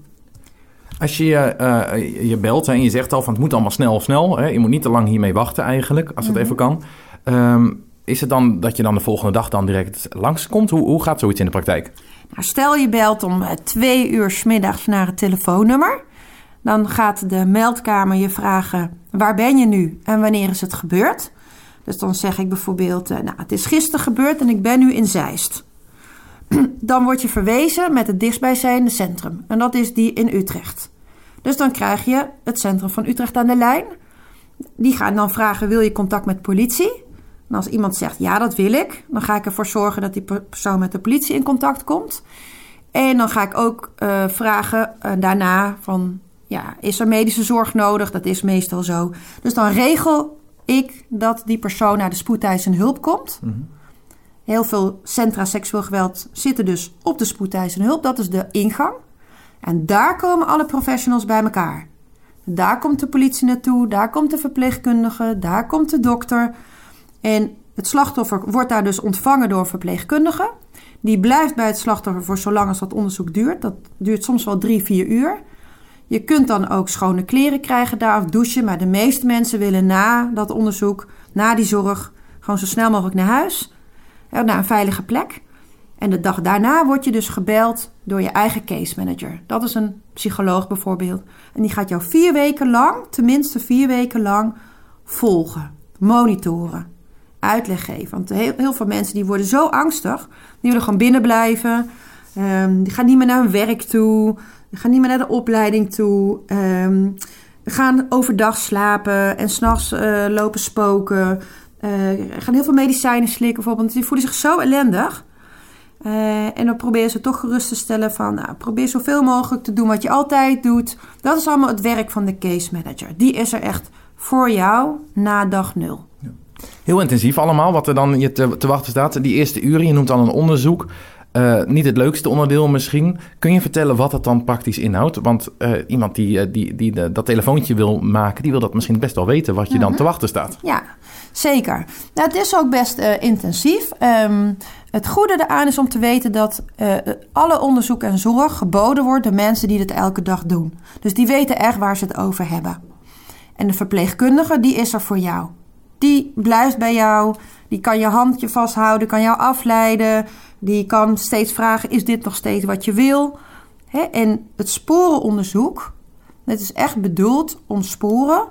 Speaker 4: Als je uh, je belt en je zegt al van het moet allemaal snel snel. Hè, je moet niet te lang hiermee wachten eigenlijk, als het mm-hmm. even kan. Um, is het dan dat je dan de volgende dag dan direct langskomt? Hoe, hoe gaat zoiets in de praktijk?
Speaker 5: Nou, stel je belt om uh, twee uur 's middags naar het telefoonnummer. Dan gaat de meldkamer je vragen, waar ben je nu en wanneer is het gebeurd? Dus dan zeg ik bijvoorbeeld, uh, nou, het is gisteren gebeurd en ik ben nu in Zeist. Dan word je verwezen met het dichtstbijzijnde centrum. En dat is die in Utrecht. Dus dan krijg je het centrum van Utrecht aan de lijn. Die gaan dan vragen, wil je contact met politie? En als iemand zegt, ja, dat wil ik, dan ga ik ervoor zorgen dat die persoon met de politie in contact komt. En dan ga ik ook uh, vragen uh, daarna van, ja, is er medische zorg nodig? Dat is meestal zo. Dus dan regel ik dat die persoon naar de spoedeisende hulp komt.
Speaker 4: Mm-hmm.
Speaker 5: Heel veel centra seksueel geweld zitten dus op de spoedeisende hulp. Dat is de ingang. En daar komen alle professionals bij elkaar. Daar komt de politie naartoe, daar komt de verpleegkundige, daar komt de dokter. En het slachtoffer wordt daar dus ontvangen door een verpleegkundige. Die blijft bij het slachtoffer voor zolang als dat onderzoek duurt. Dat duurt soms wel drie, vier uur. Je kunt dan ook schone kleren krijgen daar of douchen. Maar de meeste mensen willen na dat onderzoek, na die zorg, gewoon zo snel mogelijk naar huis. Naar een veilige plek. En de dag daarna word je dus gebeld door je eigen case manager. Dat is een psycholoog bijvoorbeeld. En die gaat jou vier weken lang, tenminste vier weken lang, volgen. Monitoren. Uitleg geven. Want heel, heel veel mensen die worden zo angstig. Die willen gewoon binnen blijven. Um, die gaan niet meer naar hun werk toe. Die gaan niet meer naar de opleiding toe. Um, gaan overdag slapen en 's nachts uh, lopen spoken. Uh, gaan heel veel medicijnen slikken bijvoorbeeld. Die voelen zich zo ellendig. Uh, en dan proberen ze toch gerust te stellen van... Nou, probeer zoveel mogelijk te doen wat je altijd doet. Dat is allemaal het werk van de case manager. Die is er echt voor jou na dag nul.
Speaker 4: Ja. Heel intensief allemaal, wat er dan je te, te wachten staat. Die eerste uren, je noemt dan een onderzoek. Uh, niet het leukste onderdeel misschien. Kun je vertellen wat het dan praktisch inhoudt? Want uh, iemand die, die, die de, dat telefoontje wil maken... die wil dat misschien best wel weten wat je mm-hmm. dan te wachten staat.
Speaker 5: Ja, zeker. Nou, het is ook best uh, intensief. Um, het goede eraan is om te weten dat uh, alle onderzoek en zorg geboden wordt... door mensen die dit elke dag doen. Dus die weten echt waar ze het over hebben. En de verpleegkundige, die is er voor jou. Die blijft bij jou, die kan je handje vasthouden, kan jou afleiden... Die kan steeds vragen, is dit nog steeds wat je wil? He, en het sporenonderzoek, het is echt bedoeld om sporen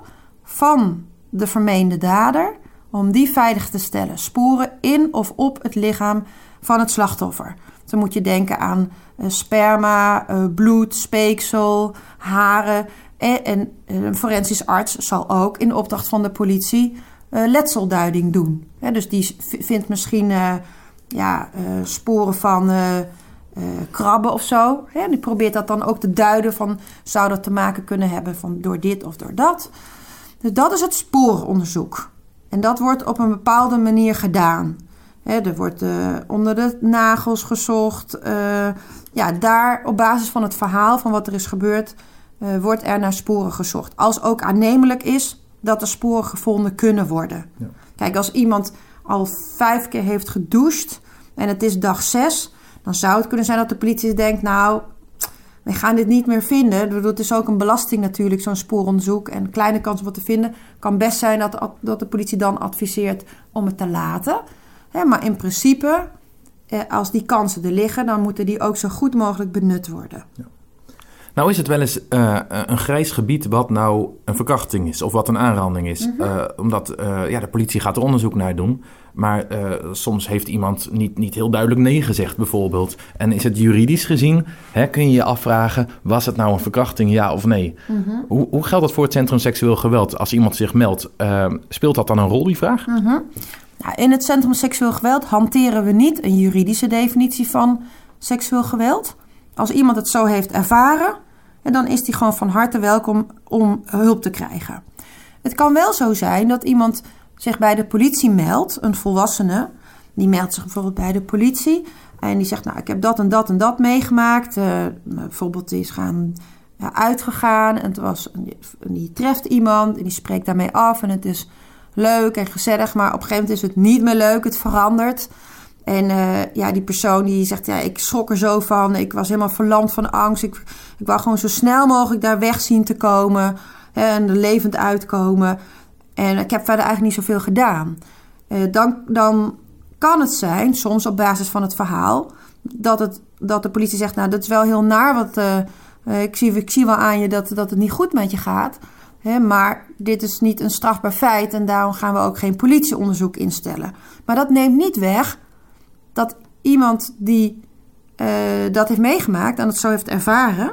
Speaker 5: van de vermeende dader... om die veilig te stellen. Sporen in of op het lichaam van het slachtoffer. Dan moet je denken aan uh, sperma, uh, bloed, speeksel, haren. En, en een forensisch arts zal ook in opdracht van de politie uh, letselduiding doen. He, dus die v- vindt misschien... Uh, Ja, uh, sporen van uh, uh, krabben of zo. Hè? Die probeert dat dan ook te duiden van... zou dat te maken kunnen hebben van door dit of door dat. Dus dat is het sporenonderzoek. En dat wordt op een bepaalde manier gedaan. Hè, er wordt uh, onder de nagels gezocht. Uh, ja, daar op basis van het verhaal van wat er is gebeurd... Uh, wordt er naar sporen gezocht. Als ook aannemelijk is dat er sporen gevonden kunnen worden. Ja. Kijk, als iemand... al vijf keer heeft gedoucht en het is dag zes... dan zou het kunnen zijn dat de politie denkt... nou, we gaan dit niet meer vinden. Het is ook een belasting natuurlijk, zo'n spooronderzoek... en kleine kans om het te vinden. Kan best zijn dat, dat de politie dan adviseert om het te laten. Hè, maar in principe, als die kansen er liggen... dan moeten die ook zo goed mogelijk benut worden.
Speaker 4: Ja. Nou is het wel eens uh, een grijs gebied wat nou een verkrachting is of wat een aanranding is. Mm-hmm. Uh, omdat uh, ja, de politie gaat er onderzoek naar doen. Maar uh, soms heeft iemand niet, niet heel duidelijk nee gezegd bijvoorbeeld. En is het juridisch gezien, hè, kun je je afvragen, was het nou een verkrachting, ja of nee? Mm-hmm. Hoe, hoe geldt dat voor het Centrum Seksueel Geweld? Als iemand zich meldt, uh, speelt dat dan een rol, die vraag?
Speaker 5: Mm-hmm. Nou, in het Centrum Seksueel Geweld hanteren we niet een juridische definitie van seksueel geweld. Als iemand het zo heeft ervaren, en dan is die gewoon van harte welkom om hulp te krijgen. Het kan wel zo zijn dat iemand zich bij de politie meldt, een volwassene, die meldt zich bijvoorbeeld bij de politie en die zegt, nou, ik heb dat en dat en dat meegemaakt. Uh, bijvoorbeeld die is gaan ja, uitgegaan en het was, die treft iemand en die spreekt daarmee af en het is leuk en gezellig, maar op een gegeven moment is het niet meer leuk, het verandert. En uh, ja, die persoon die zegt, ja, ik schrok er zo van. Ik was helemaal verlamd van angst. Ik, ik wou gewoon zo snel mogelijk daar weg zien te komen. Hè, en er levend uitkomen. En ik heb verder eigenlijk niet zoveel gedaan. Uh, dan, dan kan het zijn, soms op basis van het verhaal... dat, het, dat de politie zegt, nou, dat is wel heel naar. Want uh, uh, ik, zie, ik zie wel aan je dat, dat het niet goed met je gaat. Hè, maar dit is niet een strafbaar feit. En daarom gaan we ook geen politieonderzoek instellen. Maar dat neemt niet weg... dat iemand die uh, dat heeft meegemaakt en het zo heeft ervaren...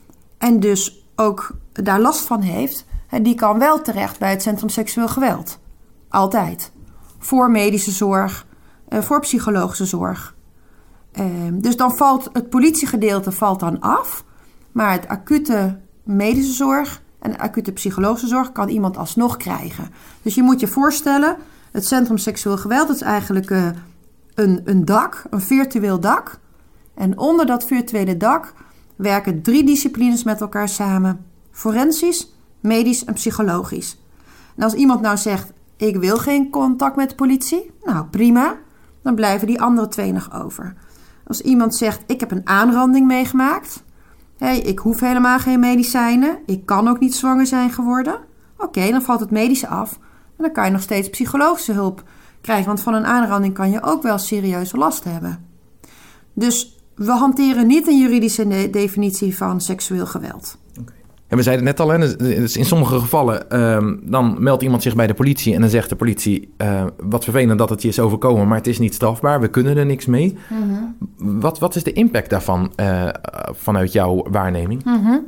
Speaker 5: en dus ook daar last van heeft... die kan wel terecht bij het Centrum Seksueel Geweld. Altijd. Voor medische zorg, uh, voor psychologische zorg. Uh, dus dan valt het politiegedeelte valt dan af... maar het acute medische zorg En acute psychologische zorg kan iemand alsnog krijgen. Dus je moet je voorstellen, het Centrum Seksueel Geweld is eigenlijk uh, een, een dak, een virtueel dak. En onder dat virtuele dak werken drie disciplines met elkaar samen. Forensisch, medisch en psychologisch. En als iemand nou zegt, ik wil geen contact met de politie, nou prima, dan blijven die andere twee nog over. Als iemand zegt, ik heb een aanranding meegemaakt, hey, ik hoef helemaal geen medicijnen, ik kan ook niet zwanger zijn geworden, oké, okay, dan valt het medische af en dan kan je nog steeds psychologische hulp krijgen, want van een aanranding kan je ook wel serieuze last hebben. Dus we hanteren niet een juridische de- definitie van seksueel geweld.
Speaker 4: Okay. En we zeiden het net al, hè, dus in sommige gevallen um, dan meldt iemand zich bij de politie en dan zegt de politie, uh, wat vervelend dat het je is overkomen, maar het is niet strafbaar, we kunnen er niks mee. Mm-hmm. Wat, wat is de impact daarvan uh, vanuit jouw waarneming?
Speaker 5: Mm-hmm.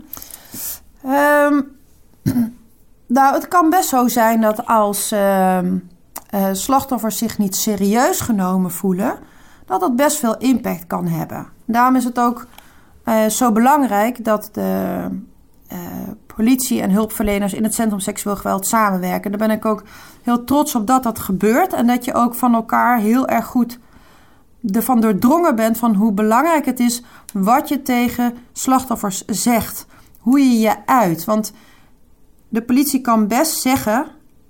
Speaker 5: Um, nou, het kan best zo zijn dat als uh, uh, slachtoffers zich niet serieus genomen voelen, dat dat best veel impact kan hebben. Daarom is het ook uh, zo belangrijk dat de uh, politie en hulpverleners in het Centrum Seksueel Geweld samenwerken. Daar ben ik ook heel trots op dat dat gebeurt. En dat je ook van elkaar heel erg goed ervan doordrongen bent van hoe belangrijk het is wat je tegen slachtoffers zegt. Hoe je je uit. Want de politie kan best zeggen,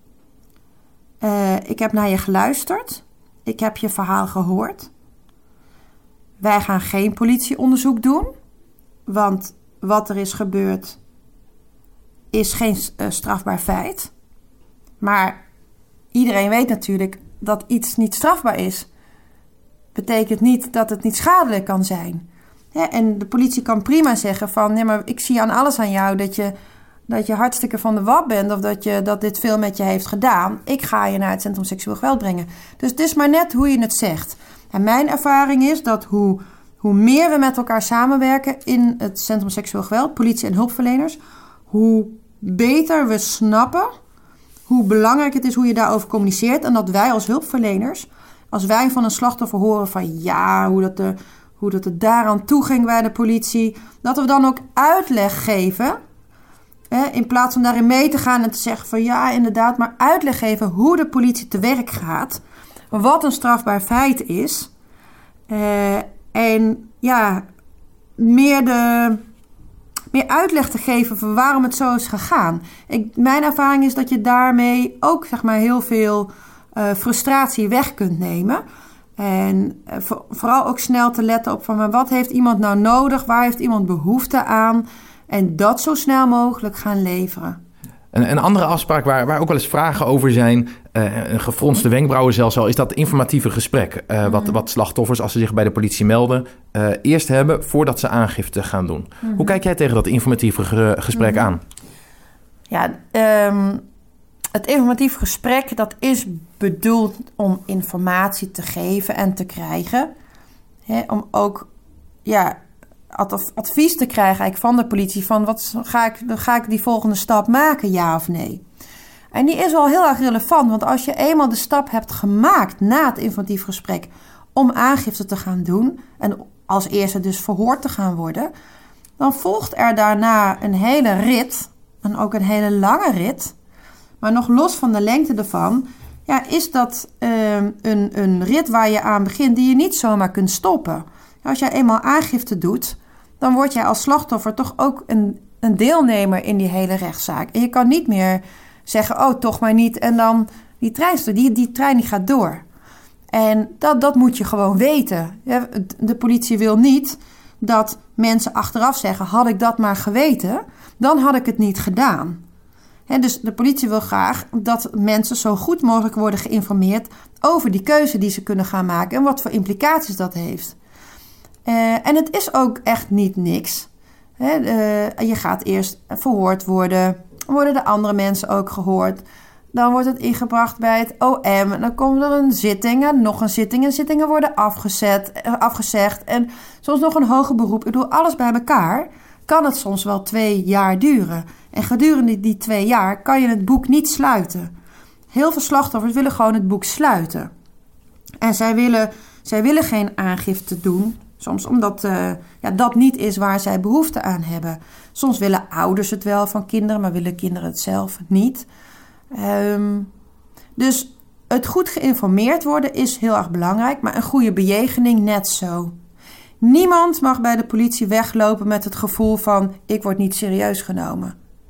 Speaker 5: uh, ik heb naar je geluisterd. Ik heb je verhaal gehoord. Wij gaan geen politieonderzoek doen. Want wat er is gebeurd is geen uh, strafbaar feit. Maar iedereen weet natuurlijk dat iets niet strafbaar is. Betekent niet dat het niet schadelijk kan zijn. Ja, en de politie kan prima zeggen van, nee, maar ik zie aan alles aan jou dat je, dat je hartstikke van de wap bent of dat, je, dat dit veel met je heeft gedaan. Ik ga je naar het Centrum Seksueel Geweld brengen. Dus het is maar net hoe je het zegt. En mijn ervaring is dat hoe, hoe meer we met elkaar samenwerken in het Centrum Seksueel Geweld, politie en hulpverleners, hoe beter we snappen hoe belangrijk het is hoe je daarover communiceert. En dat wij als hulpverleners, als wij van een slachtoffer horen van ja, hoe dat, de, hoe dat er daaraan toe ging bij de politie, dat we dan ook uitleg geven. Hè, in plaats van daarin mee te gaan en te zeggen van ja, inderdaad, maar uitleg geven hoe de politie te werk gaat. Wat een strafbaar feit is. Uh, en ja, meer, de, meer uitleg te geven van waarom het zo is gegaan. Ik, mijn ervaring is dat je daarmee ook zeg maar, heel veel uh, frustratie weg kunt nemen. En uh, voor, vooral ook snel te letten op van wat heeft iemand nou nodig, waar heeft iemand behoefte aan. En dat zo snel mogelijk gaan leveren.
Speaker 4: Een, een andere afspraak waar, waar ook wel eens vragen over zijn, uh, een gefronste wenkbrauwen zelfs al, is dat informatieve gesprek. Uh, mm-hmm. wat, wat slachtoffers, als ze zich bij de politie melden, uh, eerst hebben voordat ze aangifte gaan doen. Mm-hmm. Hoe kijk jij tegen dat informatieve ge- gesprek mm-hmm. aan?
Speaker 5: Ja, um, het informatief gesprek dat is bedoeld om informatie te geven en te krijgen. Hè, om ook ja, advies te krijgen eigenlijk van de politie van wat ga ik, ga ik die volgende stap maken, ja of nee. En die is wel heel erg relevant, want als je eenmaal de stap hebt gemaakt na het informatief gesprek om aangifte te gaan doen en als eerste dus verhoord te gaan worden, dan volgt er daarna een hele rit en ook een hele lange rit. Maar nog los van de lengte ervan, ja, is dat uh, een, een rit waar je aan begint die je niet zomaar kunt stoppen. Als jij eenmaal aangifte doet, dan word jij als slachtoffer toch ook een, een deelnemer in die hele rechtszaak. En je kan niet meer zeggen, oh, toch maar niet. En dan die trein, die, die trein die gaat door. En dat, dat moet je gewoon weten. De politie wil niet dat mensen achteraf zeggen, had ik dat maar geweten, dan had ik het niet gedaan. He, dus de politie wil graag dat mensen zo goed mogelijk worden geïnformeerd over die keuze die ze kunnen gaan maken en wat voor implicaties dat heeft. Uh, en het is ook echt niet niks. He, uh, je gaat eerst verhoord worden, worden de andere mensen ook gehoord. Dan wordt het ingebracht bij het O M. En dan komt er een zitting en nog een zitting. En zittingen worden afgezet, afgezegd. En soms nog een hoger beroep. Ik bedoel, alles bij elkaar kan het soms wel twee jaar duren. En gedurende die twee jaar kan je het boek niet sluiten. Heel veel slachtoffers willen gewoon het boek sluiten. En zij willen, zij willen geen aangifte doen. Soms omdat uh, ja, dat niet is waar zij behoefte aan hebben. Soms willen ouders het wel van kinderen, maar willen kinderen het zelf niet. Um, dus het goed geïnformeerd worden is heel erg belangrijk, maar een goede bejegening net zo. Niemand mag bij de politie weglopen met het gevoel van ik word niet serieus genomen.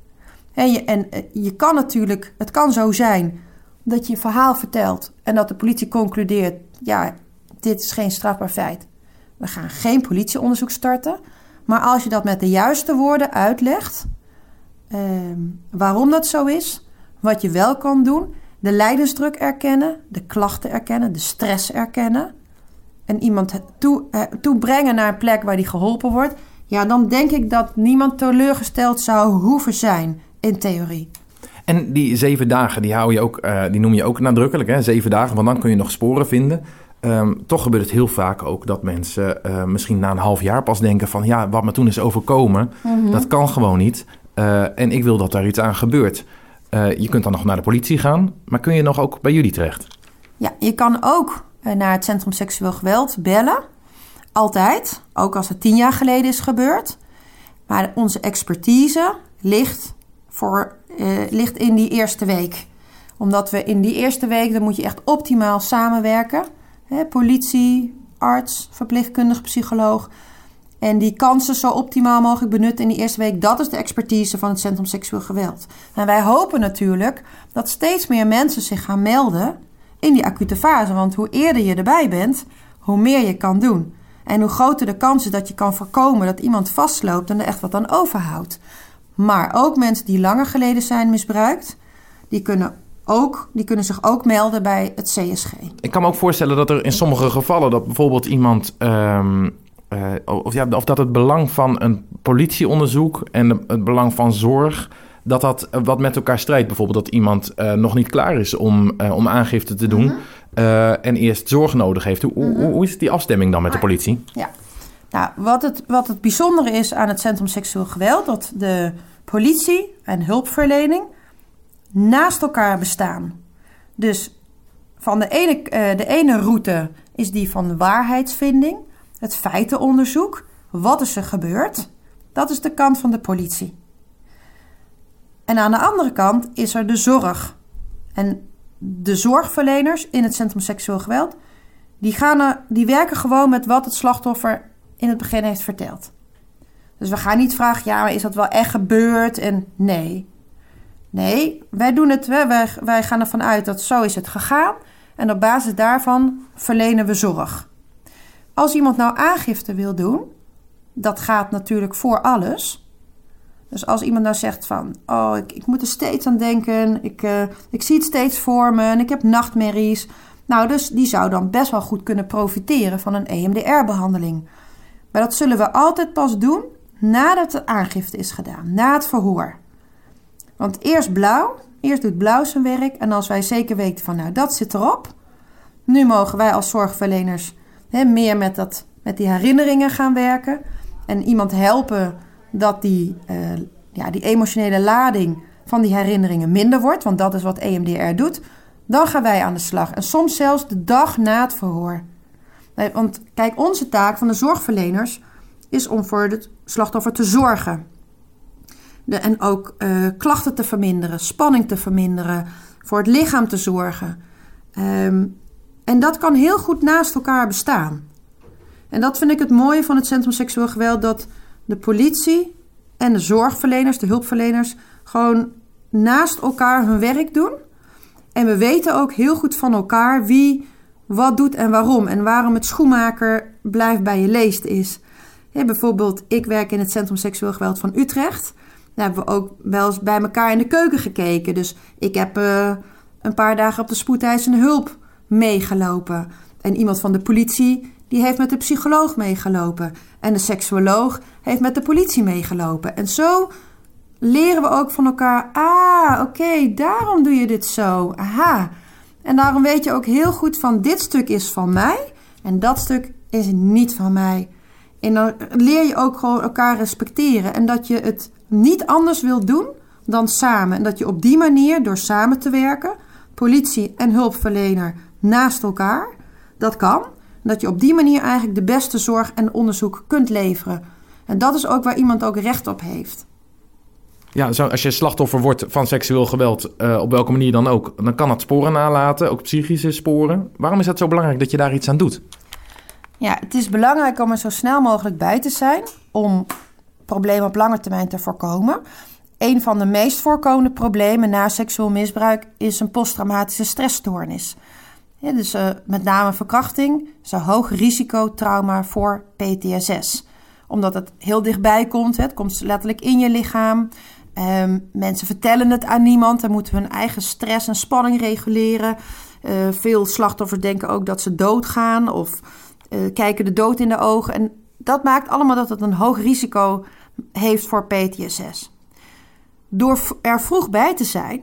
Speaker 5: En je, en je kan natuurlijk, het kan zo zijn dat je je verhaal vertelt en dat de politie concludeert, ja, dit is geen strafbaar feit. We gaan geen politieonderzoek starten. Maar als je dat met de juiste woorden uitlegt, eh, waarom dat zo is, wat je wel kan doen, de lijdensdruk erkennen, de klachten erkennen, de stress erkennen en iemand toe, eh, toebrengen naar een plek waar die geholpen wordt, ja, dan denk ik dat niemand teleurgesteld zou hoeven zijn, in theorie.
Speaker 4: En die zeven dagen, die, hou je ook, uh, die noem je ook nadrukkelijk, hè? Zeven dagen, want dan kun je nog sporen vinden. Um, toch gebeurt het heel vaak ook dat mensen uh, misschien na een half jaar pas denken van, ja, wat me toen is overkomen, mm-hmm. dat kan gewoon niet. Uh, en ik wil dat daar iets aan gebeurt. Uh, je kunt dan nog naar de politie gaan, maar kun je nog ook bij jullie terecht?
Speaker 5: Ja, je kan ook uh, naar het Centrum Seksueel Geweld bellen. Altijd, ook als het tien jaar geleden is gebeurd. Maar onze expertise ligt, voor, uh, ligt in die eerste week. Omdat we in die eerste week, dan moet je echt optimaal samenwerken. He, politie, arts, verpleegkundige, psycholoog. En die kansen zo optimaal mogelijk benutten in die eerste week. Dat is de expertise van het Centrum Seksueel Geweld. En wij hopen natuurlijk dat steeds meer mensen zich gaan melden in die acute fase. Want hoe eerder je erbij bent, hoe meer je kan doen. En hoe groter de kans is dat je kan voorkomen dat iemand vastloopt en er echt wat aan overhoudt. Maar ook mensen die langer geleden zijn misbruikt, die kunnen Ook, die kunnen zich ook melden bij het C S G.
Speaker 4: Ik kan me ook voorstellen dat er in sommige gevallen dat bijvoorbeeld iemand Um, uh, of, ja, of dat het belang van een politieonderzoek en het belang van zorg, dat dat wat met elkaar strijdt. Bijvoorbeeld dat iemand uh, nog niet klaar is om, uh, om aangifte te doen mm-hmm. uh, en eerst zorg nodig heeft. Hoe, mm-hmm. hoe, hoe is die afstemming dan met de politie?
Speaker 5: Ja, nou, wat het, wat het bijzondere is aan het Centrum Seksueel Geweld, dat de politie en hulpverlening naast elkaar bestaan. Dus van de ene, uh, de ene route is die van de waarheidsvinding, het feitenonderzoek. Wat is er gebeurd? Dat is de kant van de politie. En aan de andere kant is er de zorg. En de zorgverleners in het Centrum Seksueel Geweld, die, gaan er, die werken gewoon met wat het slachtoffer in het begin heeft verteld. Dus we gaan niet vragen, ja, maar is dat wel echt gebeurd? En nee. Nee, wij doen het, wij, wij gaan ervan uit dat zo is het gegaan. En op basis daarvan verlenen we zorg. Als iemand nou aangifte wil doen, dat gaat natuurlijk voor alles. Dus als iemand nou zegt van, oh, ik, ik moet er steeds aan denken. Ik, uh, ik zie het steeds voor me en ik heb nachtmerries. Nou, dus die zou dan best wel goed kunnen profiteren van een E M D R-behandeling. Maar dat zullen we altijd pas doen nadat de aangifte is gedaan, na het verhoor. Want eerst blauw, eerst doet blauw zijn werk. En als wij zeker weten van, nou, dat zit erop. Nu mogen wij als zorgverleners hè, meer met, dat, met die herinneringen gaan werken. En iemand helpen dat die, uh, ja, die emotionele lading van die herinneringen minder wordt. Want dat is wat E M D R doet. Dan gaan wij aan de slag. En soms zelfs de dag na het verhoor. Nee, want kijk, onze taak van de zorgverleners is om voor het slachtoffer te zorgen. De, en ook uh, klachten te verminderen, spanning te verminderen, voor het lichaam te zorgen. Um, en dat kan heel goed naast elkaar bestaan. En dat vind ik het mooie van het Centrum Seksueel Geweld, dat de politie en de zorgverleners, de hulpverleners, gewoon naast elkaar hun werk doen. En we weten ook heel goed van elkaar wie wat doet en waarom. En waarom het schoenmaker blijft bij je leest is. Ja, bijvoorbeeld, ik werk in het Centrum Seksueel Geweld van Utrecht. Daar hebben we ook wel eens bij elkaar in de keuken gekeken. Dus ik heb uh, een paar dagen op de spoedeisende hulp meegelopen. En iemand van de politie, die heeft met de psycholoog meegelopen. En de seksuoloog heeft met de politie meegelopen. En zo leren we ook van elkaar. Ah, oké, okay, daarom doe je dit zo. Aha. En daarom weet je ook heel goed van, dit stuk is van mij. En dat stuk is niet van mij. En dan leer je ook gewoon elkaar respecteren. En dat je het niet anders wilt doen dan samen. En dat je op die manier, door samen te werken, politie en hulpverlener naast elkaar, dat kan. dat je op die manier eigenlijk de beste zorg en onderzoek kunt leveren. En dat is ook waar iemand ook recht op heeft.
Speaker 4: Ja, zo, als je slachtoffer wordt van seksueel geweld, uh, op welke manier dan ook, dan kan dat sporen nalaten, ook psychische sporen. Waarom is het zo belangrijk dat je daar iets aan doet?
Speaker 5: Ja, het is belangrijk om er zo snel mogelijk bij te zijn om problemen op lange termijn te voorkomen. Een van de meest voorkomende problemen na seksueel misbruik is een posttraumatische stressstoornis. Ja, dus uh, met name verkrachting is een hoog risicotrauma voor P T S S. Omdat het heel dichtbij komt, hè, het komt letterlijk in je lichaam. Um, mensen vertellen het aan niemand en moeten hun eigen stress en spanning reguleren. Uh, veel slachtoffers denken ook dat ze doodgaan of uh, kijken de dood in de ogen. En dat maakt allemaal dat het een hoog risico heeft voor P T S S. Door er vroeg bij te zijn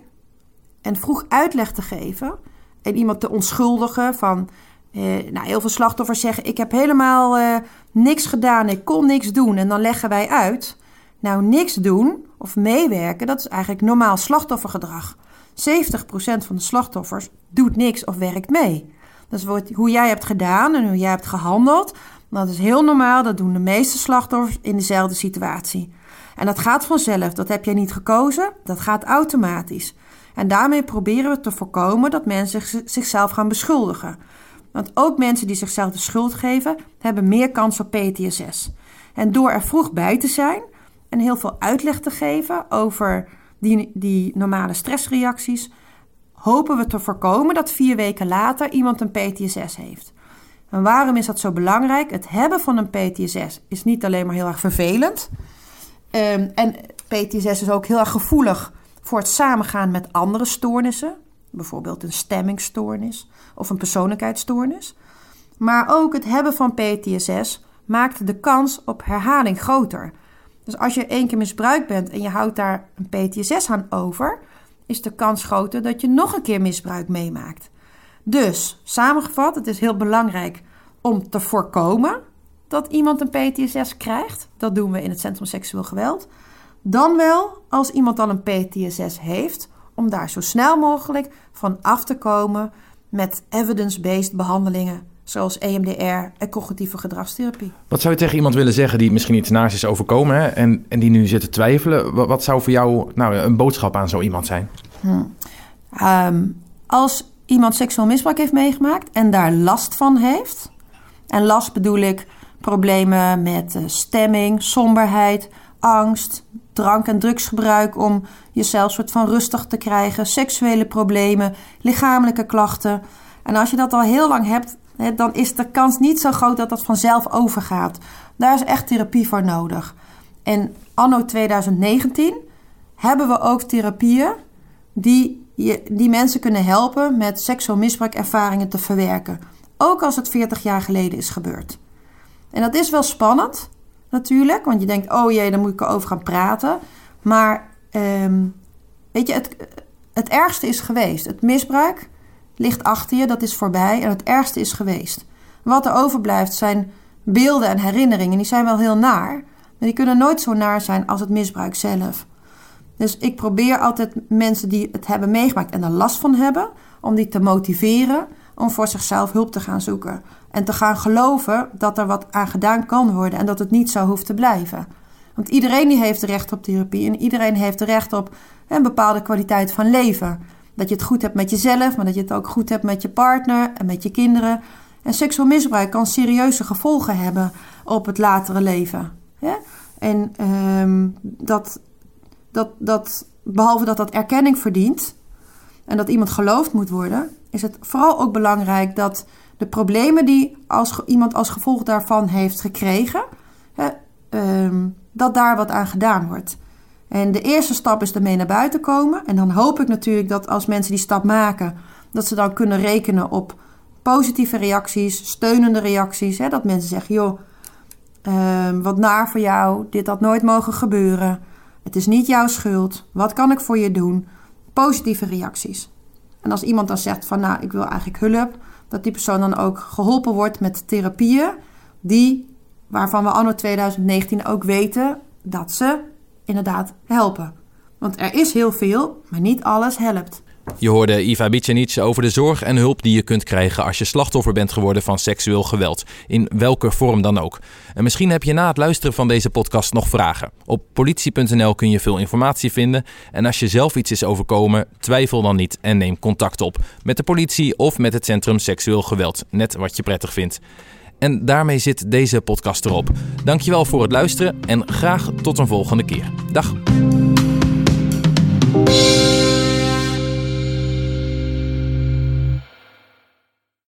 Speaker 5: en vroeg uitleg te geven en iemand te onschuldigen van... Uh, nou, heel veel slachtoffers zeggen, ik heb helemaal uh, niks gedaan, ik kon niks doen. En dan leggen wij uit, nou niks doen of meewerken, dat is eigenlijk normaal slachtoffergedrag. zeventig procent van de slachtoffers doet niks of werkt mee. Dus hoe jij hebt gedaan en hoe jij hebt gehandeld, dat is heel normaal, dat doen de meeste slachtoffers in dezelfde situatie. En dat gaat vanzelf, dat heb jij niet gekozen, dat gaat automatisch. En daarmee proberen we te voorkomen dat mensen zichzelf gaan beschuldigen. Want ook mensen die zichzelf de schuld geven, hebben meer kans op P T S S. En door er vroeg bij te zijn en heel veel uitleg te geven over die, die normale stressreacties, hopen we te voorkomen dat vier weken later iemand een P T S S heeft. En waarom is dat zo belangrijk? Het hebben van een P T S S is niet alleen maar heel erg vervelend. Um, en P T S S is ook heel erg gevoelig voor het samengaan met andere stoornissen. Bijvoorbeeld een stemmingstoornis of een persoonlijkheidsstoornis. Maar ook het hebben van P T S S maakt de kans op herhaling groter. Dus als je één keer misbruikt bent en je houdt daar een P T S S aan over, is de kans groter dat je nog een keer misbruik meemaakt. Dus, samengevat, het is heel belangrijk om te voorkomen dat iemand een P T S S krijgt. Dat doen we in het Centrum Seksueel Geweld. Dan wel, als iemand al een P T S S heeft, om daar zo snel mogelijk van af te komen met evidence-based behandelingen, zoals E M D R en cognitieve gedragstherapie. Wat
Speaker 4: zou je tegen iemand willen zeggen die misschien iets naars is overkomen, hè, en, en die nu zit te twijfelen? Wat, wat zou voor jou nou, een boodschap aan zo iemand zijn?
Speaker 5: Hmm. Um, als iemand seksueel misbruik heeft meegemaakt en daar last van heeft, en last bedoel ik problemen met uh, stemming, somberheid, angst, drank- en drugsgebruik om jezelf soort van rustig te krijgen, seksuele problemen, lichamelijke klachten. En als je dat al heel lang hebt, dan is de kans niet zo groot dat dat vanzelf overgaat. Daar is echt therapie voor nodig. En anno twintig negentien hebben we ook therapieën die, die mensen kunnen helpen met seksueel misbruikervaringen te verwerken. Ook als het veertig jaar geleden is gebeurd. En dat is wel spannend, natuurlijk. Want je denkt, oh jee, daar moet ik erover gaan praten. Maar um, weet je, het, het ergste is geweest. Het misbruik ligt achter je, dat is voorbij. En het ergste is geweest. Wat er overblijft zijn beelden en herinneringen. Die zijn wel heel naar. Maar die kunnen nooit zo naar zijn als het misbruik zelf. Dus ik probeer altijd mensen die het hebben meegemaakt en er last van hebben, om die te motiveren om voor zichzelf hulp te gaan zoeken. En te gaan geloven dat er wat aan gedaan kan worden en dat het niet zo hoeft te blijven. Want iedereen die heeft recht op therapie en iedereen heeft recht op een bepaalde kwaliteit van leven. Dat je het goed hebt met jezelf, maar dat je het ook goed hebt met je partner en met je kinderen. En seksueel misbruik kan serieuze gevolgen hebben op het latere leven. Ja? En um, dat, dat, dat, behalve dat dat erkenning verdient en dat iemand geloofd moet worden, is het vooral ook belangrijk dat de problemen die als, iemand als gevolg daarvan heeft gekregen, hè, um, dat daar wat aan gedaan wordt. En de eerste stap is ermee naar buiten komen. En dan hoop ik natuurlijk dat als mensen die stap maken, dat ze dan kunnen rekenen op positieve reacties, steunende reacties. Hè, dat mensen zeggen, joh, um, wat naar voor jou, dit had nooit mogen gebeuren. Het is niet jouw schuld. Wat kan ik voor je doen? Positieve reacties. En als iemand dan zegt van, nou, ik wil eigenlijk hulp, dat die persoon dan ook geholpen wordt met therapieën die, waarvan we anno twintig negentien ook weten dat ze inderdaad helpen. Want er is heel veel, maar niet alles helpt.
Speaker 2: Je hoorde Iva Bicenic over de zorg en hulp die je kunt krijgen als je slachtoffer bent geworden van seksueel geweld, in welke vorm dan ook. En misschien heb je na het luisteren van deze podcast nog vragen. Op politie punt n l kun je veel informatie vinden en als je zelf iets is overkomen, twijfel dan niet en neem contact op met de politie of met het Centrum Seksueel Geweld, net wat je prettig vindt. En daarmee zit deze podcast erop. Dankjewel voor het luisteren en graag tot een volgende keer. Dag!